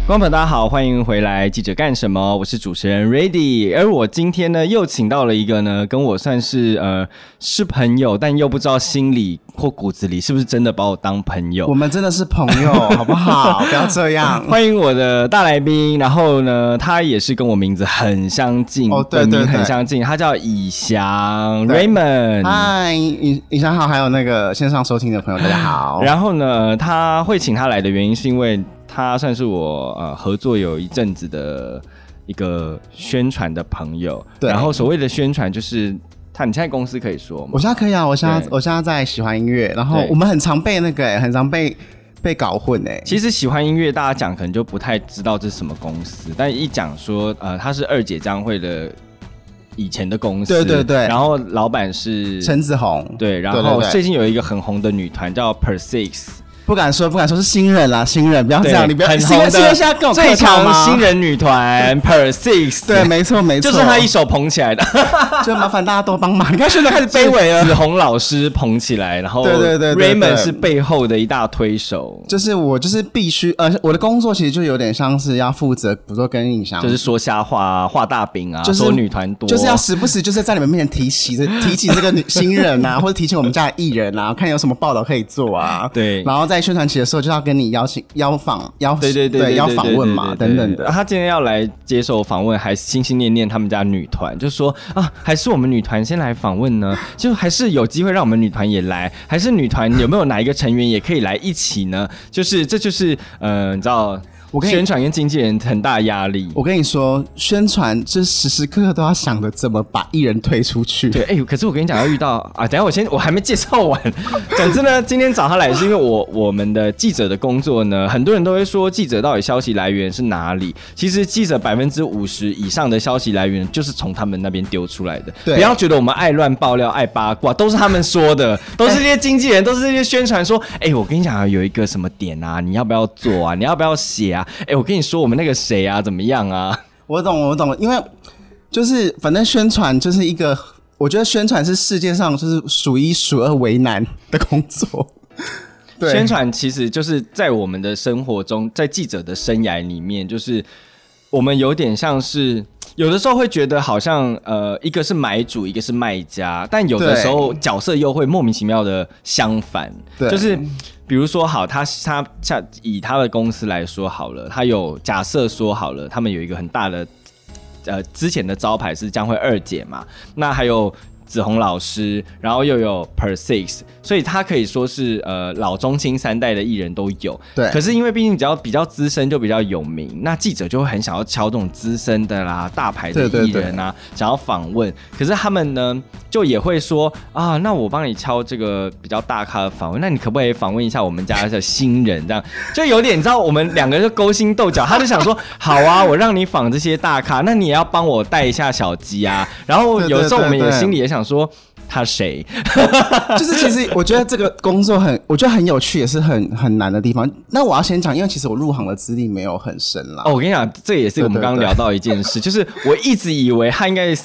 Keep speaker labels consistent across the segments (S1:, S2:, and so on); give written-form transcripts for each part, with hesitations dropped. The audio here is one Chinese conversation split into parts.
S1: 观众朋友大家好，欢迎回来记者干什么，我是主持人 Rady。 而我今天呢又请到了一个呢跟我算是是朋友，但又不知道心里或骨子里是不是真的把我当朋友。
S2: 我们真的是朋友好不好？不要这样。
S1: 欢迎我的大来宾，然后呢他也是跟我名字很相近，
S2: 对对对，
S1: 本名很相近，他叫以翔 Raymond。
S2: 嗨，以翔好，还有那个线上收听的朋友大家好。
S1: 然后呢他会请他来的原因是因为他算是我合作有一阵子的一个宣传的朋友。对，然后所谓的宣传就是你现在公司可以说吗？
S2: 我现在可以啊，我现在在喜欢音乐，然后我们很常被很常被搞混其
S1: 实喜欢音乐大家讲可能就不太知道这是什么公司，但一讲说他是二姐张惠的以前的公司，对对对，然后老板是
S2: 陈子红，
S1: 对，然后最近有一个很红的女团叫 Per6。
S2: 不敢说是新人啦，新人不要这样，你不要
S1: 很红的最强新人女团 Per6，
S2: 对，没错，
S1: 就是她一手捧起来的，
S2: 就麻烦大家多帮忙。你看现在开始卑微了，
S1: 子红老师捧起来，然后
S2: 对
S1: Raymond 是背后的一大推手。
S2: 就是我就是必须我的工作其实就有点像是要负责，比如说跟影像，
S1: 就是说瞎话、画大饼啊，说女团多，
S2: 就是要时不时就是在你们面前提起这个新人啊，或者提起我们家的艺人啊，看有什么报道可以做啊，
S1: 对，
S2: 然后在宣传期的时候就要跟你邀访问嘛，等等的。
S1: 他今天要来接受访问，还心心念念他们家女团，就说啊，还是我们女团先来访问呢，就还是有机会让我们女团也来，还是女团有没有哪一个成员也可以来一起呢？这就是你知道。宣传跟经纪人很大压力。
S2: 我跟你说，宣传就是时时刻刻都要想着怎么把艺人推出去。
S1: 对，可是我跟你讲，要遇到啊，等一下我还没介绍完。总之呢，今天找他来是因为我们的记者的工作呢，很多人都会说记者到底消息来源是哪里？其实记者50%以上的消息来源就是从他们那边丢出来的。不要觉得我们爱乱爆料、爱八卦，都是他们说的，都是这些经纪人，都是这些宣传说，我跟你讲啊，有一个什么点啊，你要不要做啊？你要不要写啊？我跟你说，我们那个谁啊，怎么样啊？
S2: 我懂，因为就是反正宣传就是一个，我觉得宣传是世界上就是数一数二为难的工作。对，
S1: 宣传其实就是在我们的生活中，在记者的生涯里面，就是我们有点像是有的时候会觉得好像一个是买主，一个是卖家，但有的时候角色又会莫名其妙的相反，就是比如说好，他以他的公司来说好了，他有假设说好了，他们有一个很大的之前的招牌是将会二姐嘛，那还有子红老师，然后又有 Per6， 所以他可以说是老中青三代的艺人都有。对。可是因为毕竟只要比较资深就比较有名，那记者就会很想要敲这种资深的啦、大牌的艺人啊，想要访问。可是他们呢，就也会说啊，那我帮你敲这个比较大咖的访问，那你可不可以访问一下我们家的新人？这样就有点你知道，我们两个就勾心斗角。他就想说，好啊，我让你访这些大咖，那你也要帮我带一下小鸡啊。然后有的时候我们也心里也想说他谁
S2: 就是其实我觉得这个工作我觉得很有趣，也是很难的地方。那我要先讲，因为其实我入行的资历没有很深啦。
S1: 我跟你讲，这也是我们刚刚聊到一件事，就是我一直以为他应该是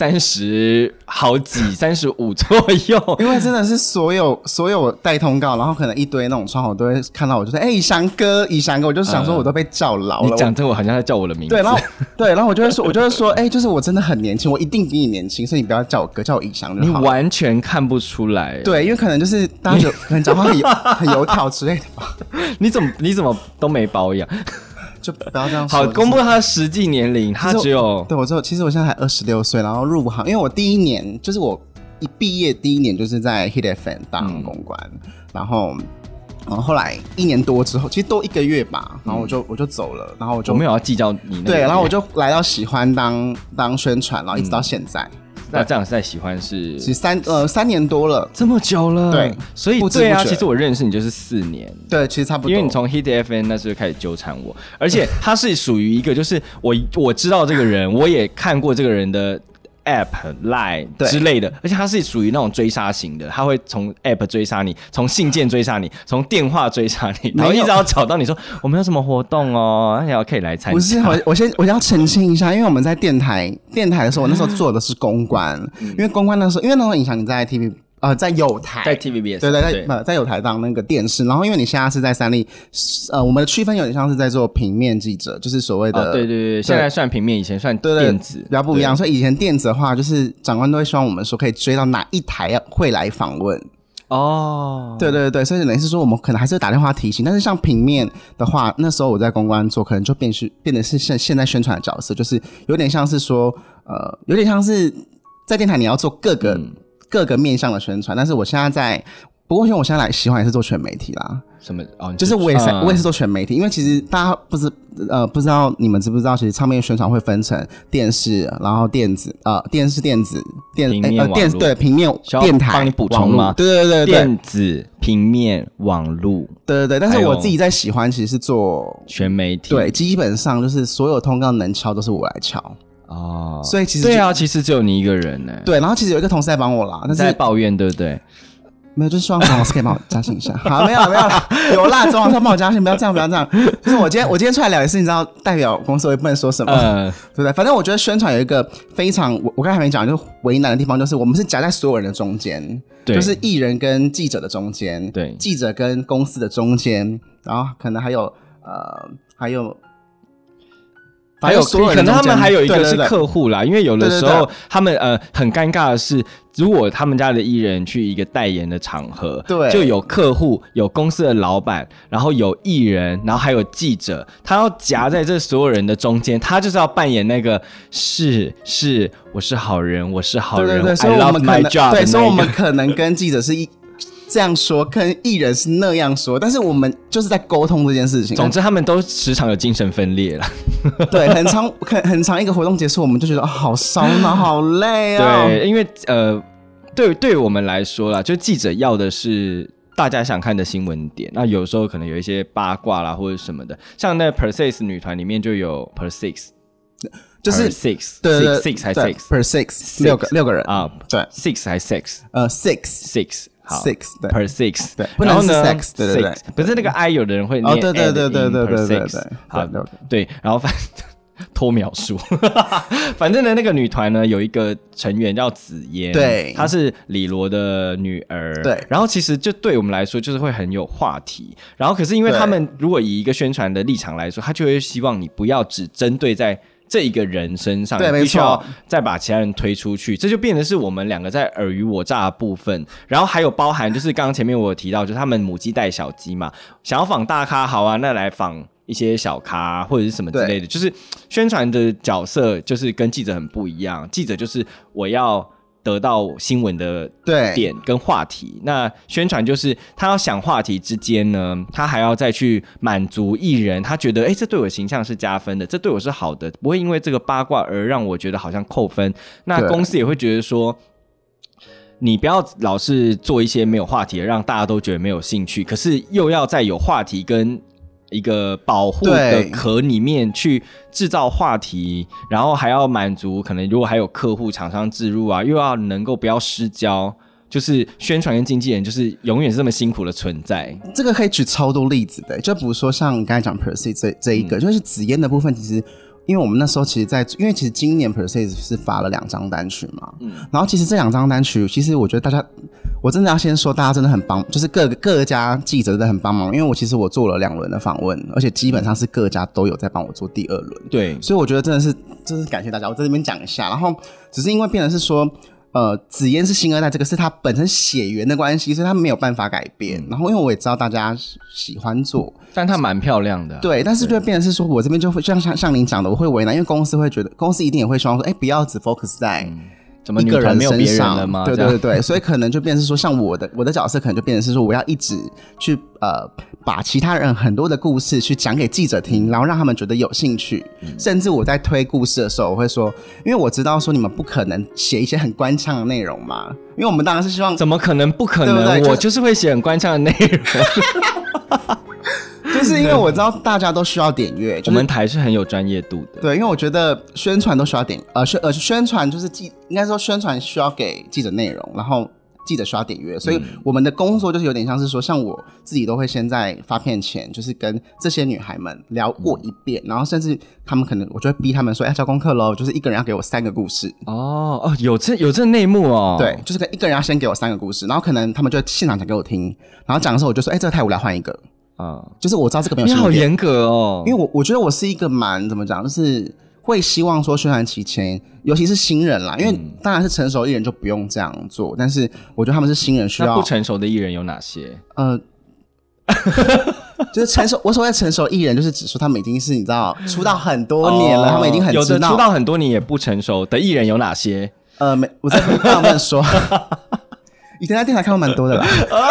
S1: 30好几、35左右，
S2: 因为真的是所有带通告，然后可能一堆那种窗口都会看到我，就说以翔哥，我就想说我都被叫老了。
S1: 你讲这个我好像在叫我的名字。
S2: 然后我就会说就是我真的很年轻，我一定比你年轻，所以你不要叫我哥，叫我以翔就好。
S1: 你完全看不出来。
S2: 对，因为可能就是大家可能讲话很油条之类的吧。
S1: 你怎么都没保养？
S2: 就不要这样说。
S1: 好，公布他的实际年龄，他只有
S2: 其实我现在才26岁，然后入行，因为我第一年就是我一毕业第一年就是在 Hit FM 当公关，然后后来1年多之后，其实都1个月吧，然后我就走了，然后我
S1: 没有要计较你那个。
S2: 对，然后我就来到喜欢当宣传，然后一直到现在。
S1: 那这样在喜欢是
S2: 其实3年多了，
S1: 这么久了。对，所以对啊，其实我认识你就是4年。
S2: 对，其实差不多。
S1: 因为你从 Hit FM 那时候开始纠缠我，而且他是属于一个就是我知道这个人，我也看过这个人的App、Line 之类的，而且他是属于那种追杀型的，他会从 App 追杀你，从信件追杀你，从电话追杀你，然后一直要找到你说我们有什么活动哦，那也要可以来参加。
S2: 不是，我先要澄清一下，因为我们在电台的时候，我那时候做的是公关，因为公关那时候，因为那时候影响你在在友台，
S1: 在 TVBS，
S2: 对，在友台当那个电视。然后因为你现在是在三立，我们的区分有点像是在做平面记者，就是所谓的，
S1: 对，现在算平面，以前算电子，
S2: 比较不一样。所以以前电子的话，就是长官都会希望我们说可以追到哪一台会来访问。对，所以等于是说我们可能还是会打电话提醒，但是像平面的话，那时候我在公关做，可能就变得是现在宣传的角色，就是有点像是说，有点像是在电台你要做各个面向的宣传，但是我现在不过因为我现在喜欢也是做全媒体啦。
S1: 什么
S2: 就是我也是做全媒体，因为其实大家不知道你们知不知道，其实唱片宣传会分成电视，然后电子电视、电子、
S1: 平面、网络，
S2: 对，平面、电台，
S1: 帮你补充吗？
S2: 对，
S1: 电子、平面、网络，
S2: 对。但是我自己在喜欢其实是做
S1: 全媒体，
S2: 对，基本上就是所有通告能敲都是我来敲。所以其实
S1: 对啊，其实只有你一个人呢。
S2: 对，然后其实有一个同事在帮我啦，但是
S1: 在抱怨，对不对？
S2: 没有，就是希望总老师可以帮我加薪一下。好，没有啦，有啦，总老师帮我加薪，不要这样。就是我今天出来聊也是，你知道，代表公司我也不能说什么，对不对？反正我觉得宣传有一个非常，我刚才还没讲，就是为难的地方，就是我们是夹在所有人的中间，就是艺人跟记者的中间，
S1: 对，
S2: 记者跟公司的中间，然后可能还有
S1: 可能他们还有一个是客户啦，因为有的时候他们很尴尬的是，如果他们家的艺人去一个代言的场合，
S2: 对，
S1: 就有客户、有公司的老板，然后有艺人，然后还有记者，他要夹在这所有人的中间，他就是要扮演那个我是好人，我是好人，
S2: 对，所以我们可能对，所以我们可能跟记者是这样说，跟艺人是那样说，但是我们就是在沟通这件事情。
S1: 总之，他们都时常有精神分裂了。
S2: 对，很长一个活动结束，我们就觉得好烧脑，好累啊。
S1: 对，因为对于我们来说啦，就记者要的是大家想看的新闻点。那有时候可能有一些八卦啦或者什么的，像那 Per6 女团里面就有 Per6。
S2: 就是
S1: six
S2: 对
S1: six 还 six
S2: per six 六个人
S1: 啊，
S2: 对
S1: six 还 sex
S2: six
S1: 好
S2: six 对
S1: per six
S2: 对，不能是 sex 对，
S1: 不是那个 I 有的人会念
S2: 对
S1: 好对，然后反正拖描述，反正呢那个女团呢有一个成员叫紫嫣，
S2: 对，
S1: 她是李罗的女儿，
S2: 对，
S1: 然后其实就对我们来说就是会很有话题，然后可是因为他们如果以一个宣传的立场来说，他就会希望你不要只针对在这一个人身上，
S2: 对，
S1: 必须要再把其他人推出去，这就变成是我们两个在尔虞我诈的部分。然后还有包含就是刚刚前面我有提到，就是他们母鸡带小鸡嘛，想要访大咖，好啊，那来访一些小咖或者是什么之类的，就是宣传的角色就是跟记者很不一样，记者就是我要得到新闻的点跟话题，那宣传就是他要想话题之间呢，他还要再去满足艺人，他觉得这对我形象是加分的，这对我是好的，不会因为这个八卦而让我觉得好像扣分。那公司也会觉得说，你不要老是做一些没有话题的，让大家都觉得没有兴趣，可是又要在有话题跟一个保护的壳里面去制造话题，然后还要满足可能如果还有客户厂商置入啊，又要能够不要失焦，就是宣传跟经纪人就是永远是这么辛苦的存在。
S2: 这个可以举超多例子的，就比如说像你刚才讲 Per6 这一个，就是紫嫣的部分，其实因为我们那时候其实因为其实今年 Per6 是发了2张单曲嘛，然后其实这2张单曲，其实我觉得我真的要先说，大家真的很帮，就是各家记者真的很帮忙，因为我做了2轮的访问，而且基本上是各家都有在帮我做第2轮，
S1: 对，
S2: 所以我觉得真的是感谢大家，我在这边讲一下，然后只是因为变成是说。紫嫣是新2代，这个是他本身血缘的关系，所以他没有办法改变。然后因为我也知道大家喜欢做，
S1: 但他蛮漂亮的，
S2: 对。但是就会变成是说，我这边就会像您讲的，我会为难，因为公司会觉得，公司一定也会希望说，不要只 focus 在一个人身上，对，所以可能就变成是说，像我的角色可能就变成是说，我要一直去把其他人很多的故事去讲给记者听，然后让他们觉得有兴趣。甚至我在推故事的时候，我会说，因为我知道说你们不可能写一些很官腔的内容嘛，因为我们当然是希望，
S1: 怎么可能不可能？对对，我就是会写很官腔的内容。
S2: 就是因为我知道大家都需要点阅，
S1: 我们台是很有专业度的。
S2: 对，因为我觉得宣传都需要宣传就是应该说宣传需要给记者内容，然后记者需要点阅，所以我们的工作就是有点像是说，像我自己都会先在发片前，就是跟这些女孩们聊过一遍，然后甚至他们可能我就会逼他们说要交功课咯，就是一个人要给我3个故事。
S1: 哦，有这内幕哦。
S2: 对，就是一个人要先给我3个故事，然后可能他们就现场讲给我听，然后讲的时候我就说这个太无聊，换一个。就是我知道这个没有新点。
S1: 你好严格哦，
S2: 因为我觉得我是一个蛮怎么讲，就是会希望说宣传期前，尤其是新人啦，因为当然是成熟艺人就不用这样做，但是我觉得他们是新人需要。
S1: 那不成熟的艺人有哪些？
S2: 就是成熟，我所谓成熟艺人，就是指说他们已经是你知道出道很多年了，他们已经很知道。
S1: 有的出道很多年也不成熟的艺人有哪些？
S2: 我在不能说。以前在电台看过蛮多的啦。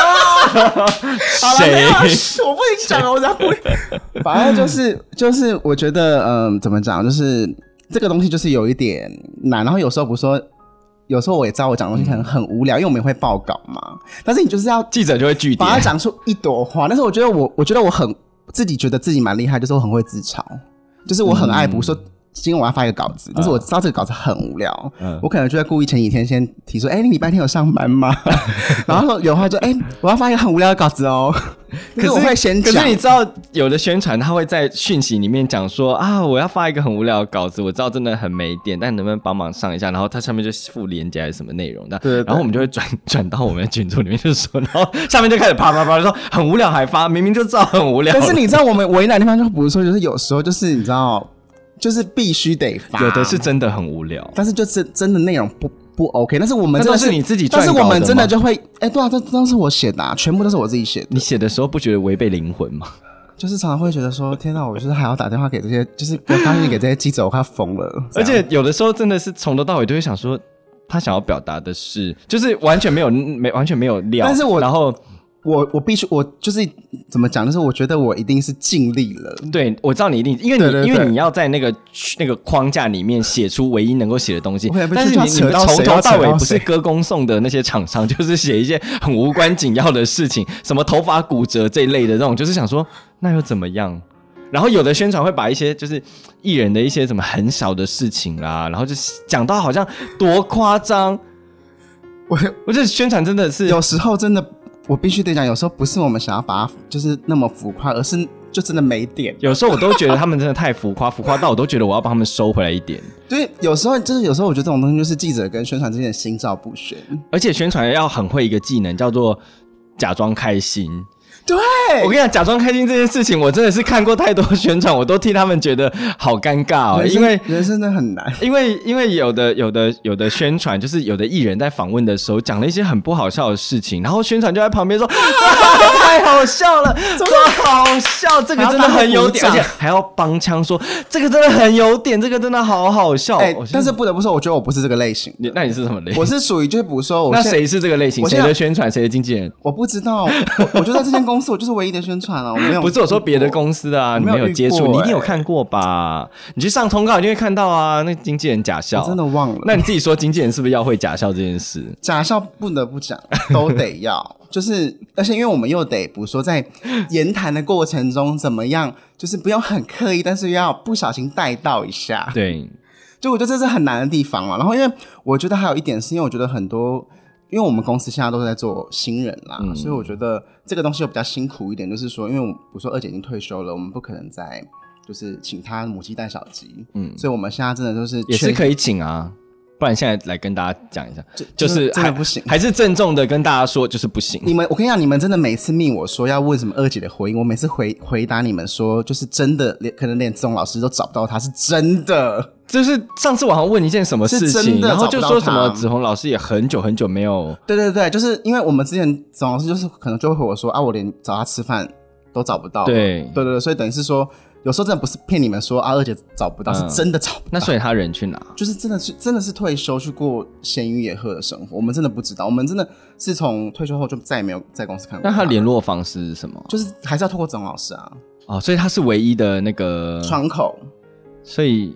S1: 谁？
S2: 我不能讲，我才不会。反正就是我觉得怎么讲，就是这个东西就是有一点难，然后有时候不说。有时候我也知道我讲的东西可能很无聊，因为我们也会报稿嘛。但是你就是要
S1: 记者就会据点，
S2: 把它讲出一朵花。但是我觉得我很自己觉得自己蛮厉害，就是我很会自嘲，就是我很爱补说。今天我要发一个稿子，但是我知道这个稿子很无聊，我可能就会故意前几天先提出，你礼拜天有上班吗？然后说有的话就我要发一个很无聊的稿子哦。可是我会先讲。
S1: 可是你知道有的宣传他会在讯息里面讲说我要发一个很无聊的稿子，我知道真的很没电，但能不能帮忙上一下？然后它上面就附连结还是什么内容的，
S2: 对，
S1: 然后我们就会转到我们的群组里面就说，然后下面就开始啪啪啪说很无聊还发，明明就知道很无聊。
S2: 但是你知道我们为难的地方就不是说，就是有时候就是你知道。就是必须得发，
S1: 有的是真的很无聊，
S2: 但是就是真的内容不 OK。但是我们真的
S1: 是你自己撰稿的吗？
S2: 但是我们真的就会，对啊，这都是我写的全部都是我自己写的。
S1: 你写的时候不觉得违背灵魂吗？
S2: 就是常常会觉得说，天哪，我就是还要打电话给这些，就是我发信给这些记者，我快疯了。
S1: 而且有的时候真的是从头到尾都会想说，他想要表达的是，就是完全没有料，
S2: 但是
S1: 然后。
S2: 我必须，我就是怎么讲？就是我觉得我一定是尽力了。
S1: 对，我知道你一定，因为你要在那个框架里面写出唯一能够写的东西。但是你们从头到尾不是歌功颂的那些厂商，就是写一些很无关紧要的事情，什么头发骨折这一类的那种，就是想说那又怎么样？然后有的宣传会把一些就是艺人的一些什么很小的事情啦，然后就讲到好像多夸张。我觉得宣传真的是
S2: 有时候真的。我必须得讲，有时候不是我们想要把它就是那么浮夸，而是就真的没点。
S1: 有时候我都觉得他们真的太浮夸到我都觉得我要帮他们收回来一点。
S2: 对，有时候我觉得这种东西就是记者跟宣传之间的心照不宣，
S1: 而且宣传要很会一个技能，叫做假装开心。
S2: 对，
S1: 我跟你讲，假装开心这件事情，我真的是看过太多宣传，我都替他们觉得好尴尬因为
S2: 人生真的很难。
S1: 因为有的宣传，就是有的艺人在访问的时候讲了一些很不好笑的事情，然后宣传就在旁边说太好笑了，这好笑，这个真的很有点，而且还要帮腔说这个真的很有点，这个真的好好笑。
S2: 但是不得不说，我觉得我不是这个类型。
S1: 那你是什么类型？
S2: 我是属于就是比如说
S1: 那谁是这个类型？谁的宣传，谁的经纪人？
S2: 我不知道，我就在这间公司，我就是唯一的宣传了。我没有，
S1: 不是我说别的公司的啊，你没有接触，你一定有看过吧？你去上通告一定会看到啊，那经纪人假笑，
S2: 我真的忘了。
S1: 那你自己说，经纪人是不是要会假笑这件事？
S2: 假笑不得不讲，都得要。就是而且因为我们又得比如说在言谈的过程中怎么样，就是不用很刻意，但是又要不小心带到一下。
S1: 对，
S2: 就我觉得这是很难的地方了。然后因为我觉得还有一点是因为我觉得很多。因为我们公司现在都是在做新人啦，所以我觉得这个东西又比较辛苦一点，就是说，因为比如说二姐已经退休了，我们不可能再就是请她母鸡带小鸡，所以我们现在真的就是
S1: 也是可以请啊，不然现在来跟大家讲一下，就是
S2: 真的不行，
S1: 还是郑重的跟大家说，就是不行。
S2: 我跟你讲，你们真的每次密我说要问什么二姐的回应，我每次回答你们说，就是真的，可能连子红老师都找不到她，是真的。
S1: 就是上次我好像问一件什么事情，然后就说什么子红老师也很久很久没有。
S2: 对，就是因为我们之前子红老师就是可能就会回我说我连找他吃饭都找不到。对，所以等于是说。有时候真的不是骗你们说二姐找不到，是真的找不到。
S1: 那所以他人去哪？
S2: 就是真的是退休去过闲云野鹤的生活。我们真的不知道，我们真的是从退休后就再也没有在公司看过。
S1: 那他联络方式是什么？
S2: 就是还是要透过曾老师啊。
S1: 哦，所以他是唯一的那个
S2: 窗口。
S1: 所以，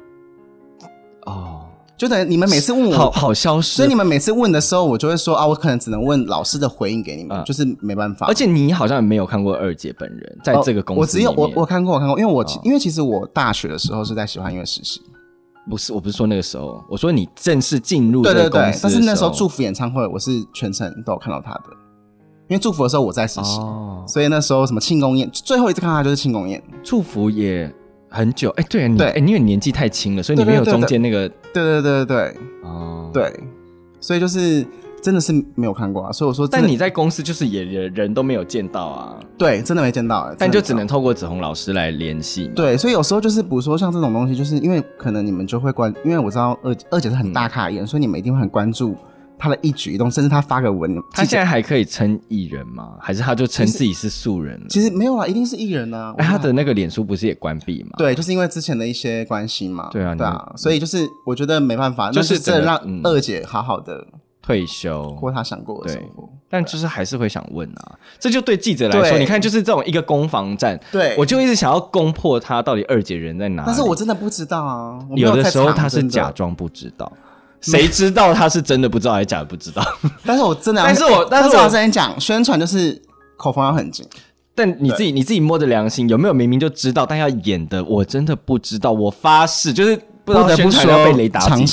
S2: 就等于你们每次问我
S1: 好消失，
S2: 所以你们每次问的时候，我就会说我可能只能问老师的回应给你们，就是没办法。
S1: 而且你好像也没有看过二姐本人在这个公司里面。
S2: 我看过，因为其实我大学的时候是在喜欢音乐实习，
S1: 不是，我不是说那个时候，我说你正式进入这个公司的时候。
S2: 对，但是那时候祝福演唱会我是全程都有看到他的，因为祝福的时候我在实习，所以那时候什么庆功宴，最后一次看他就是庆功宴。
S1: 祝福也很久，对你，因为你年纪太轻了，所以你没有中间那个。
S2: 对，对，所以就是真的是没有看过啊。所以我说，
S1: 但你在公司就是也人都没有见到啊。
S2: 对，真的没见到，
S1: 但就只能透过子红老师来联系。
S2: 对，所以有时候就是比如说像这种东西，就是因为可能你们就会因为我知道二姐是很大咖的艺人，所以你们一定会很关注他的一举一动，甚至他发个文。
S1: 他现在还可以称艺人吗？还是他就称自己是素人了？
S2: 其实没有啦，一定是艺人啊。
S1: 他的那个脸书不是也关闭吗？
S2: 对，就是因为之前的一些关系嘛。
S1: 对啊，
S2: 所以就是我觉得没办法，就是真的让二姐好好的
S1: 退休，
S2: 过她想过的生活。
S1: 但就是还是会想问啊，这就对记者来说，你看就是这种一个攻防战，
S2: 对，
S1: 我就一直想要攻破他到底二姐人在哪里。
S2: 但是我真的不知道啊，
S1: 有的时候他是假装不知道。谁知道他是真的不知道还是假的不知道？
S2: 但是我真的
S1: 但是我
S2: 之前讲宣传就是口风要很紧。
S1: 但你自己摸着良心，有没有明明就知道，但要演的我真的不知道。我发誓，就是不知道宣传要被雷打几次。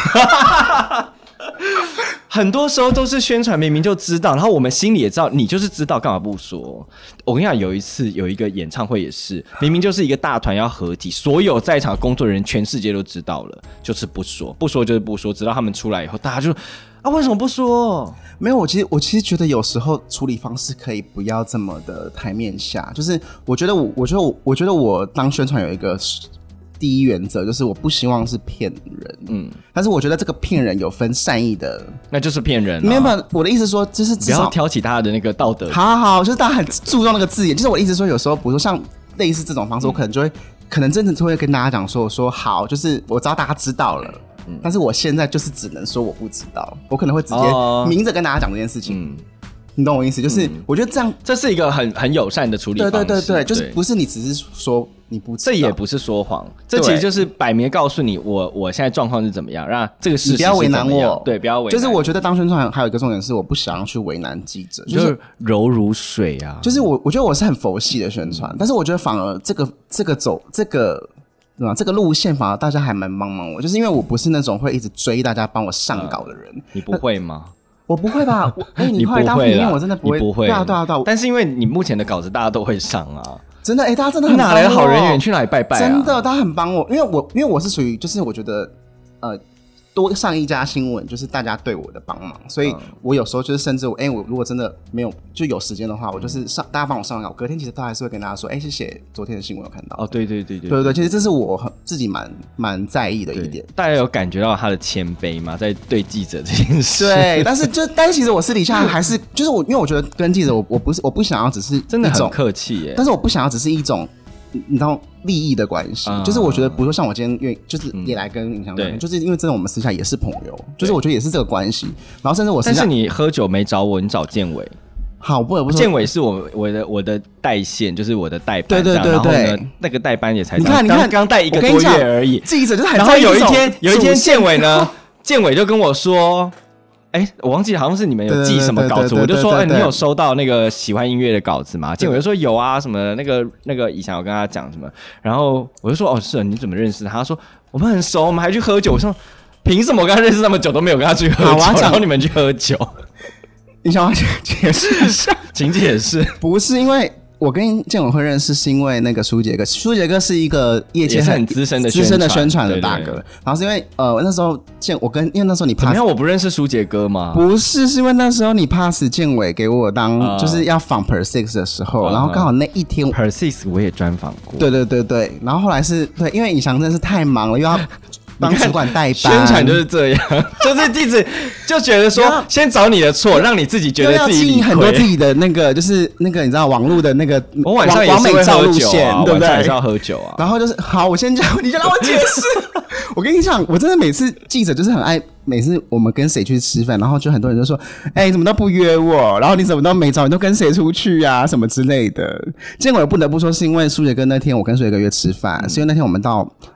S1: 很多时候都是宣传明明就知道，然后我们心里也知道，你就是知道，干嘛不说？我跟你讲，有一次有一个演唱会也是，明明就是一个大团要合体，所有在场工作人员全世界都知道了，就是不说，不说就是不说，直到他们出来以后，大家就为什么不说？
S2: 没有，我其实觉得有时候处理方式可以不要这么的台面下，就是我觉得我当宣传有一个第一原则就是我不希望是骗人，但是我觉得这个骗人有分善意的，
S1: 那就是骗人。
S2: 没有，我的意思说，就是至少
S1: 不要挑起大家的那个道德。
S2: 好，就是大家很注重那个字眼，就是我的意思说，有时候比如说像类似这种方式，我可能就会，可能真的就会跟大家讲说好，就是我知道大家知道了，但是我现在就是只能说我不知道，我可能会直接明着跟大家讲这件事情。你懂我意思？就是我觉得这样，
S1: 这是一个很友善的处理方式。
S2: 对，就是不是你只是说你不知道，
S1: 这也不是说谎，这其实就是摆明告诉你我现在状况是怎么样，让这个事实
S2: 你不要为难我。
S1: 对，不要为难。
S2: 就是我觉得当宣传还有一个重点是，我不想要去为难记者，
S1: 就是柔如水啊。
S2: 就是我觉得我是很佛系的宣传，但是我觉得反而这个路线反而大家还蛮帮忙我，就是因为我不是那种会一直追大家帮我上稿的人。
S1: 你不会吗？
S2: 我不会吧？你后来当评论我真的不会。
S1: 不会。
S2: 对啊。
S1: 但是因为你目前的稿子大家都会上啊，
S2: 真的大家真的很帮我。
S1: 哪来的好人缘？去哪里拜拜啊？
S2: 真的，大家很帮我，因为我是属于就是我觉得多上一家新闻就是大家对我的帮忙，所以我有时候就是甚至我如果真的没有就有时间的话，我就是大家帮我上稿，隔天其实都还是会跟大家说，谢谢昨天的新闻有看到。
S1: 对，
S2: 其实这是我自己蛮在意的一点。
S1: 大家有感觉到他的谦卑吗？在对记者这件事。
S2: 对，但是其实我私底下还是就是因为我觉得跟记者我不想要只是
S1: 真的很客气耶，
S2: 但是我不想要只是一种。你知道利益的关系，就是我觉得，比如说像我今天就是也来跟影响聊天，就是因为真的我们私下也是朋友，就是我觉得也是这个关系。然后甚至我私下，
S1: 但是你喝酒没找我，你找建伟。
S2: 好，不得不说，
S1: 建伟是我的代线，就是我的代班。对，
S2: 然后
S1: 呢，那个代班也才
S2: 你看
S1: 刚带1个多月而已。
S2: 记者就是很
S1: 然后有一天建伟呢，建伟就跟我说。我忘记好像是你们有寄什么稿子，我就说，你有收到那个喜欢音乐的稿子吗？建伟就说有啊，什么那个以前我跟他讲什么，然后我就说是，你怎么认识他？他说我们很熟，我们还去喝酒。我说凭什么我跟他认识那么久都没有跟他去喝酒，然后你们去喝酒？
S2: 你想要解释一下？
S1: 请解释。
S2: 不是因为。我跟建伟会认识是因为那个舒杰哥是一个业界
S1: 很资深的
S2: 宣传的大哥，然后是因为那时候因为那时候你 pass，
S1: 怎么样？我不认识舒杰哥吗？
S2: 不是因为那时候你 pass 建伟给我当就是要访 Per6 的时候，然后刚好那一天
S1: Per6 我也专访过，
S2: 对，然后后来是对，因为以翔真的是太忙了，又要。帮主管代班，
S1: 宣传就是这样，就是记者就觉得说，先找你的错，让你自己觉得自己理亏，
S2: 很多自己的那个，就是那个你知道网络的那个，
S1: 我晚上也是会喝酒啊，
S2: 对不对？
S1: 晚上也是要喝酒啊。
S2: 然后就是好，我先讲，你就让我解释。我跟你讲，我真的每次记者就是很爱，每次我们跟谁去吃饭，然后就很多人就说，你怎么都不约我，然后你怎么都没找，你都跟谁出去啊，什么之类的。结果我不得不说，是因为舒杰哥那天我跟舒杰哥约吃饭，是因为那天我们到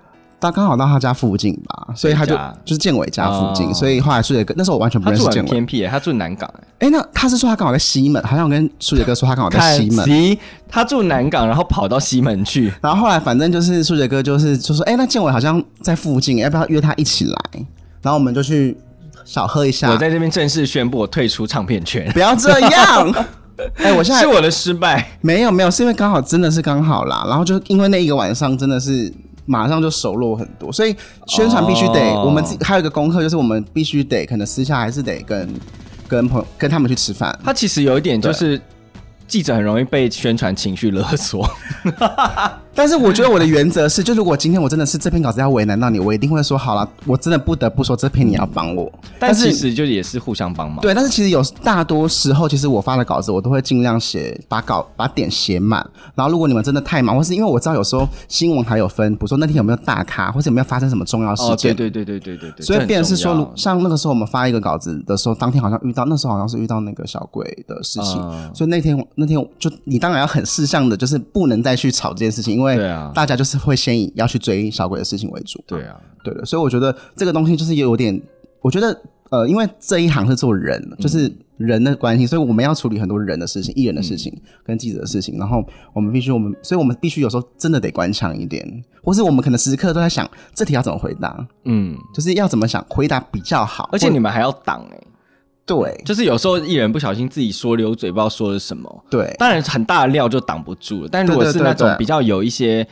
S2: 刚好到他家附近吧，所以他就是建伟家附近，所以后来舒杰哥那时候我完全不认识建伟，
S1: 他住很偏僻，他住南港。
S2: 那他是说他刚好在西门，好像我跟舒杰哥说他刚好在西门，
S1: 他住南港，然后跑到西门去，
S2: 然后后来反正就是舒杰哥就说，那建伟好像在附近，要不要约他一起来？然后我们就去小喝一下。
S1: 我在这边正式宣布我退出唱片圈，
S2: 不要这样。我现在
S1: 是我的失败，
S2: 没有，是因为刚好真的是刚好啦，然后就因为那一个晚上真的是马上就熟络很多，所以宣传必须得，我们还有一个功课就是我们必须得，可能私下还是得跟朋友跟他们去吃饭。
S1: 他其实有一点就是记者很容易被宣传情绪勒索。
S2: 但是我觉得我的原则是，就如果今天我真的是这篇稿子要为难到你，我一定会说好了，我真的不得不说这篇你要帮我。
S1: 但其实就也是互相帮忙。
S2: 对，但是其实有大多时候，其实我发的稿子我都会尽量把点写满。然后如果你们真的太忙，或是因为我知道有时候新闻还有分，比如说那天有没有大咖，或者有没有发生什么重要事件。
S1: 对。
S2: 所以变成是说，像那个时候我们发一个稿子的时候，当天好像那时候好像是遇到那个小鬼的事情，所以那天就你当然要很识相的，就是不能再去吵这件事情，因为大家就是会先以要去追小鬼的事情为主。
S1: 对啊，
S2: 对的，所以我觉得这个东西就是有点，我觉得因为这一行是做人，就是人的关系，所以我们要处理很多人的事情、艺人的事情跟记者的事情，然后所以我们必须有时候真的得官腔一点，或是我们可能时刻都在想这题要怎么回答，就是要怎么想回答比较好，
S1: 而且你们还要挡
S2: 对，
S1: 就是有时候艺人不小心自己说溜嘴，不知道说了什么。
S2: 对，
S1: 当然很大的料就挡不住了，但如果是那种比较有一些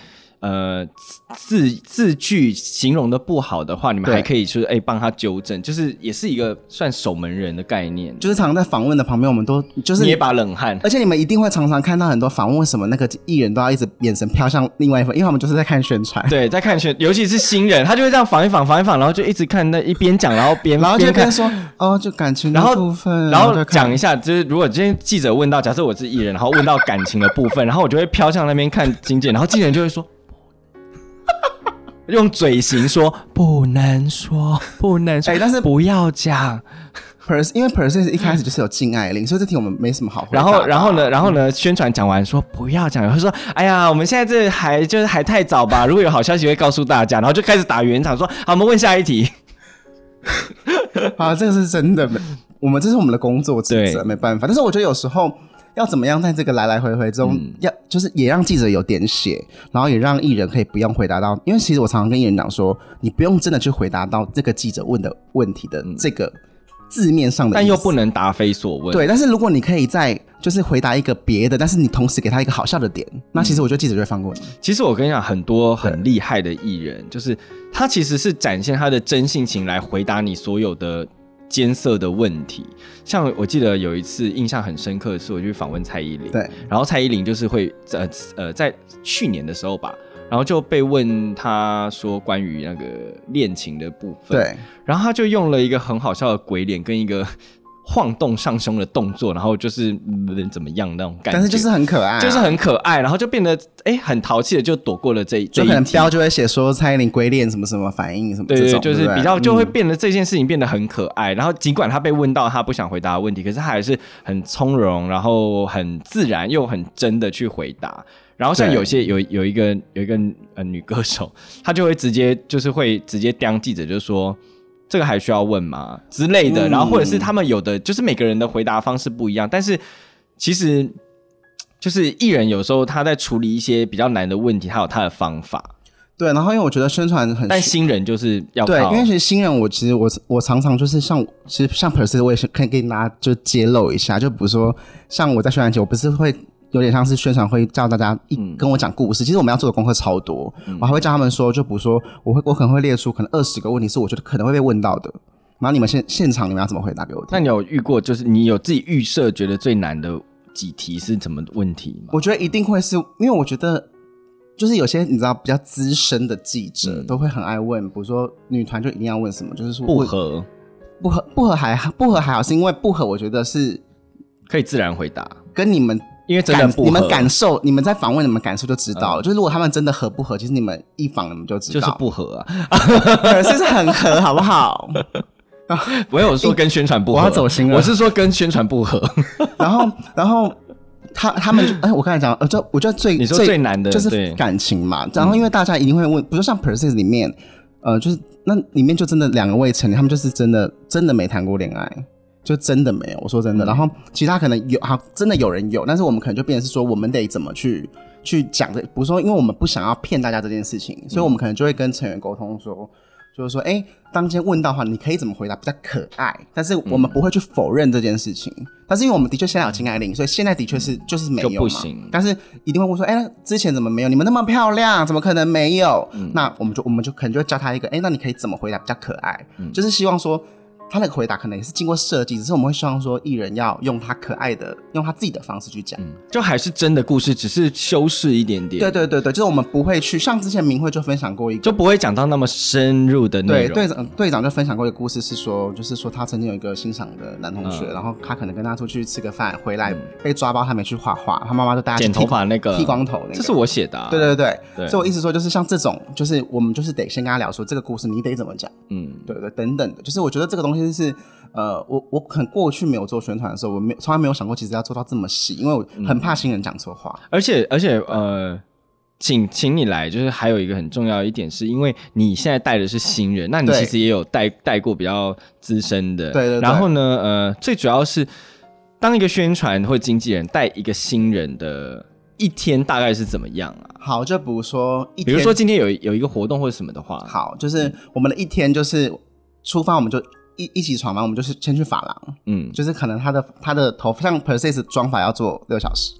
S1: 字句形容的不好的话，你们还可以就是帮他纠正，就是也是一个算守门人的概念。
S2: 就是常常在访问的旁边，我们都就是
S1: 捏把冷汗，
S2: 而且你们一定会常常看到很多访问，为什么那个艺人都要一直眼神飘向另外一方，因为他们就是在看宣传。
S1: 对，在看尤其是新人，他就会这样访一访，然后就一直看那一边讲，然后
S2: 就边说就感情的部分，
S1: 然后讲一下，就是如果今天记者问到，假设我是艺人，然后问到感情的部分，然后我就会飘向那边看经纪人，然后经纪人就会说。用嘴型说不能说，但是
S2: 不
S1: 要讲。
S2: 因为 Persis 一开始就是有禁爱令，所以这题我们没什么好回答的。
S1: 然后呢，宣传讲完说不要讲，他说哎呀，我们现在这还太早吧，如果有好消息会告诉大家，然后就开始打圆场说好，我们问下一题。
S2: 好，这个是真的，这是我们的工作职责，没办法。但是我觉得有时候。要怎么样在这个来来回回中，就是也让记者有点写，然后也让艺人可以不用回答到，因为其实我常常跟艺人讲说，你不用真的去回答到这个记者问的问题的这个字面上的意思，
S1: 但又不能答非所问。
S2: 对，但是如果你可以在就是回答一个别的，但是你同时给他一个好笑的点，那其实我觉得记者就会放过你。
S1: 其实我跟你讲，很多很厉害的艺人，就是他其实是展现他的真性情来回答你所有的艰涩的问题。像我记得有一次印象很深刻的是，我去访问蔡依林，
S2: 对，
S1: 然后蔡依林就是会在去年的时候吧，然后就被问他说关于那个恋情的部分，
S2: 对，
S1: 然后他就用了一个很好笑的鬼脸跟一个晃动上胸的动作，然后就是怎么样那种感觉，
S2: 但是就是很可爱，
S1: 就是很可爱，然后就变得很淘气的就躲过了这一题，
S2: 就可能标就会写说蔡依林鬼脸什么什么反应什么这种，
S1: 对，就是比较就会变得这件事情变得很可爱，然后尽管他被问到他不想回答的问题，可是他还是很从容，然后很自然又很真的去回答。然后像有一个女歌手，她就会直接刁记者，就说这个还需要问吗之类的，然后或者是他们有的就是每个人的回答方式不一样，但是其实就是艺人有时候他在处理一些比较难的问题，他有他的方法。
S2: 对，然后因为我觉得宣传
S1: 但新人就是要靠
S2: 对，因为其实新人我常常就是像 Persis 我也是可以跟大家就揭露一下，就比如说像我在宣传节我不是会有点像是宣传会叫大家跟我讲故事，其实我们要做的功课超多，我还会叫他们说，就比如说我可能会列出可能20个问题是我觉得可能会被问到的，然后你们现场你们要怎么回答给我听？
S1: 那你有遇过就是你有自己预设觉得最难的几题是什么问题吗？
S2: 我觉得一定会是因为我觉得就是有些你知道比较资深的记者都会很爱问，比如说女团就一定要问什么，就是说
S1: 不合
S2: 还好，是因为不合我觉得是
S1: 可以自然回答，
S2: 跟你们
S1: 因为真的不合，
S2: 你们感受，你们在访问，你们感受就知道了。就是如果他们真的合不合，其实你们一访你们就知道，
S1: 就是不合啊，
S2: 可是很合，好不好？
S1: 我有说跟宣传不合，
S2: 我要走心了。
S1: 我是说跟宣传不合。
S2: 然后他们我刚才讲，我觉得
S1: 你说最难的
S2: 就是感情嘛。然后因为大家一定会问，比如说像 Persis 里面，就是那里面就真的2个未成年，他们就是真的没谈过恋爱，就真的没有。我说真的，然后其他可能有，真的有人有，但是我们可能就变成是说，我们得怎么去讲的，比如说，因为我们不想要骗大家这件事情，所以我们可能就会跟成员沟通说。就是说，当今天问到的话，你可以怎么回答比较可爱？但是我们不会去否认这件事情。但是因为我们的确现在有禁爱令，所以现在的确是就是没有嘛，
S1: 就不行。
S2: 但是一定会问说，那之前怎么没有？你们那么漂亮，怎么可能没有？那我们就可能就会教他一个，那你可以怎么回答比较可爱？就是希望说。他那个回答可能也是经过设计，只是我们会希望说艺人要用他可爱的，用他自己的方式去讲，
S1: 就还是真的故事，只是修饰一点点。
S2: 对，就是我们不会去像之前明慧就分享过一个，
S1: 就不会讲到那么深入的内容。
S2: 对，队长就分享过一个故事，是说，就是说他曾经有一个欣赏的男同学，然后他可能跟他出去吃个饭，回来被抓包，他没去画画，他妈妈就带他去
S1: 剪头发那个
S2: 剃光头那个，
S1: 这是我写的。
S2: 对，所以我意思说，就是像这种，就是我们就是得先跟他聊说这个故事你得怎么讲，对，等等的，就是我觉得这个东西是。我很过去没有做宣传的时候，我从来没有想过其实要做到这么细，因为我很怕新人讲错话。
S1: 而且请你来，就是还有一个很重要的一点，是因为你现在带的是新人，那你其实也有带过比较资深的，
S2: 对。
S1: 然后呢，最主要是当一个宣传或经纪人带一个新人的一天大概是怎么样啊？
S2: 好，就比如说
S1: 今天有一个活动或者什么的话，
S2: 好，就是我们的一天就是出发，我们就。一起床嘛，我们就是先去发廊，就是可能他的头像 Persis 妆法要做6小时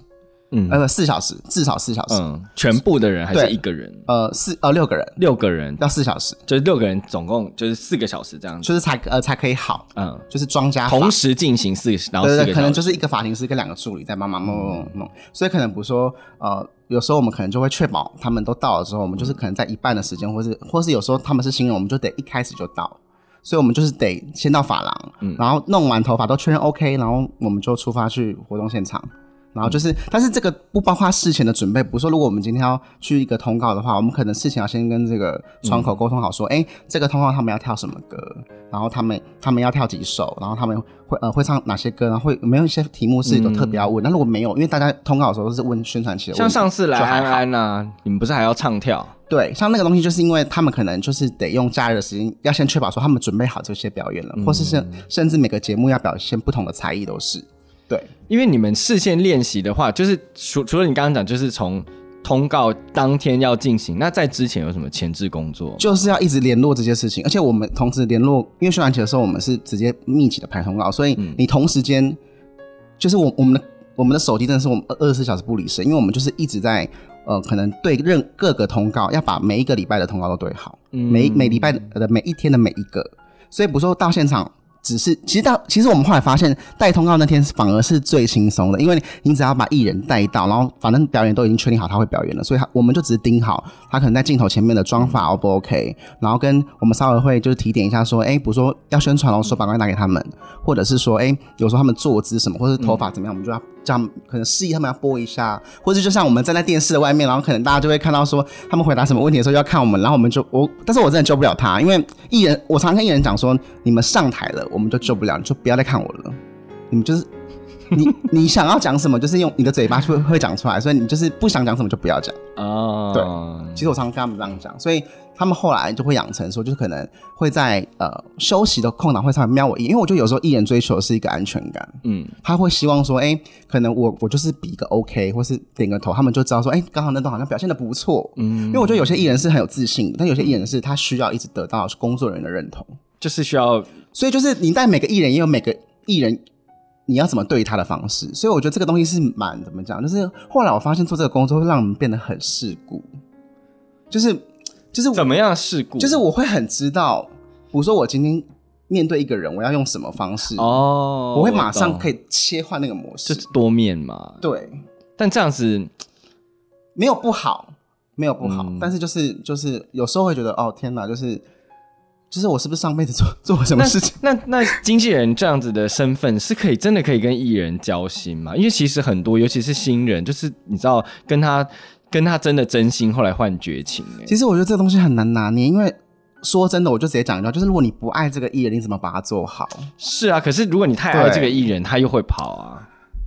S2: ，4小时，至少4小时，
S1: 全部的人还是一个人
S2: ？6个人
S1: ，6个人
S2: 要4小时，
S1: 就是6个人总共就是4个小时这样子，
S2: 就是才可以好，就是妆加
S1: 同时进行然后4个小时，
S2: 可能就是一个发型师跟2个助理在帮忙弄，所以可能比如说有时候我们可能就会确保他们都到了之后，我们就是可能在一半的时间，或是有时候他们是新人，我们就得一开始就到。所以我们就是得先到发廊，然后弄完头发都确认 OK， 然后我们就出发去活动现场。然后就是，但是这个不包括事前的准备。比如说，如果我们今天要去一个通告的话，我们可能事前要先跟这个窗口沟通好，说，这个通告他们要跳什么歌，然后他们要跳几首，然后他们会唱哪些歌，然后会有没有一些题目是有特别要问。那如果没有，因为大家通告的时候都是问宣传期的问题，
S1: 像上次来安安啊，你们不是还要唱跳？
S2: 对，像那个东西，就是因为他们可能就是得用假日的时间，要先确保说他们准备好这些表演了，或是甚至每个节目要表现不同的才艺都是。对，
S1: 因为你们事先练习的话，就是除了你刚刚讲，就是从通告当天要进行，那在之前有什么前置工作？
S2: 就是要一直联络这些事情，而且我们同时联络，因为宣传期的时候我们是直接密集的排通告，所以你同时间就是我们的手机真的是我们24小时不离身，因为我们就是一直在可能对各个通告要把每一个礼拜的通告都对好，每礼拜的每一天的每一个，所以不说到现场。其实我们后来发现带通告那天反而是最轻松的，因为你只要把艺人带到，然后反正表演都已经确定好他会表演了，所以我们就只是盯好他可能在镜头前面的妆法 O 不 OK， 然后跟我们稍微会就是提点一下说，比如说要宣传，然后手板赶快拿给他们，或者是说有时候他们坐姿什么，或者是头发怎么样，我们就要这样可能示意他们要拨一下，或者就像我们站在电视的外面，然后可能大家就会看到说他们回答什么问题的时候要看我们，然后我们但是我真的救不了他，因为艺人，我常跟艺人讲说，你们上台了我们就救不了，你就不要再看我了，你们就是你想要讲什么就是用你的嘴巴会讲出来，所以你就是不想讲什么就不要讲哦。对，其实我常跟他们这样讲，所以他们后来就会养成说，就是可能会在休息的空档会稍微瞄我一眼，因为我觉得有时候艺人追求的是一个安全感，他会希望说，可能我就是比一个 OK， 或是点个头，他们就知道说，刚好那段好像表现得不错，因为我觉得有些艺人是很有自信的，但有些艺人是他需要一直得到工作人员的认同，
S1: 就是需要，
S2: 所以就是你带每个艺人也有每个艺人你要怎么对他的方式，所以我觉得这个东西是怎么讲，就是后来我发现做这个工作会让我们变得很世故，就是
S1: 怎么样世故，
S2: 就是我会很知道，比如说我今天面对一个人我要用什么方式我会马上可以切换那个模式，
S1: 就是多面嘛。对，但这样子
S2: 没有不好，但是就是有时候会觉得天哪，就是我是不是上辈子做了什么事情？
S1: 那经纪人这样子的身份是真的可以跟艺人交心吗？因为其实很多，尤其是新人，就是你知道跟他真的真心，后来换绝情。
S2: 其实我觉得这个东西很难拿捏，因为说真的，我就直接讲一句，就是如果你不爱这个艺人，你怎么把它做好？
S1: 是啊，可是如果你太爱这个艺人，他又会跑啊。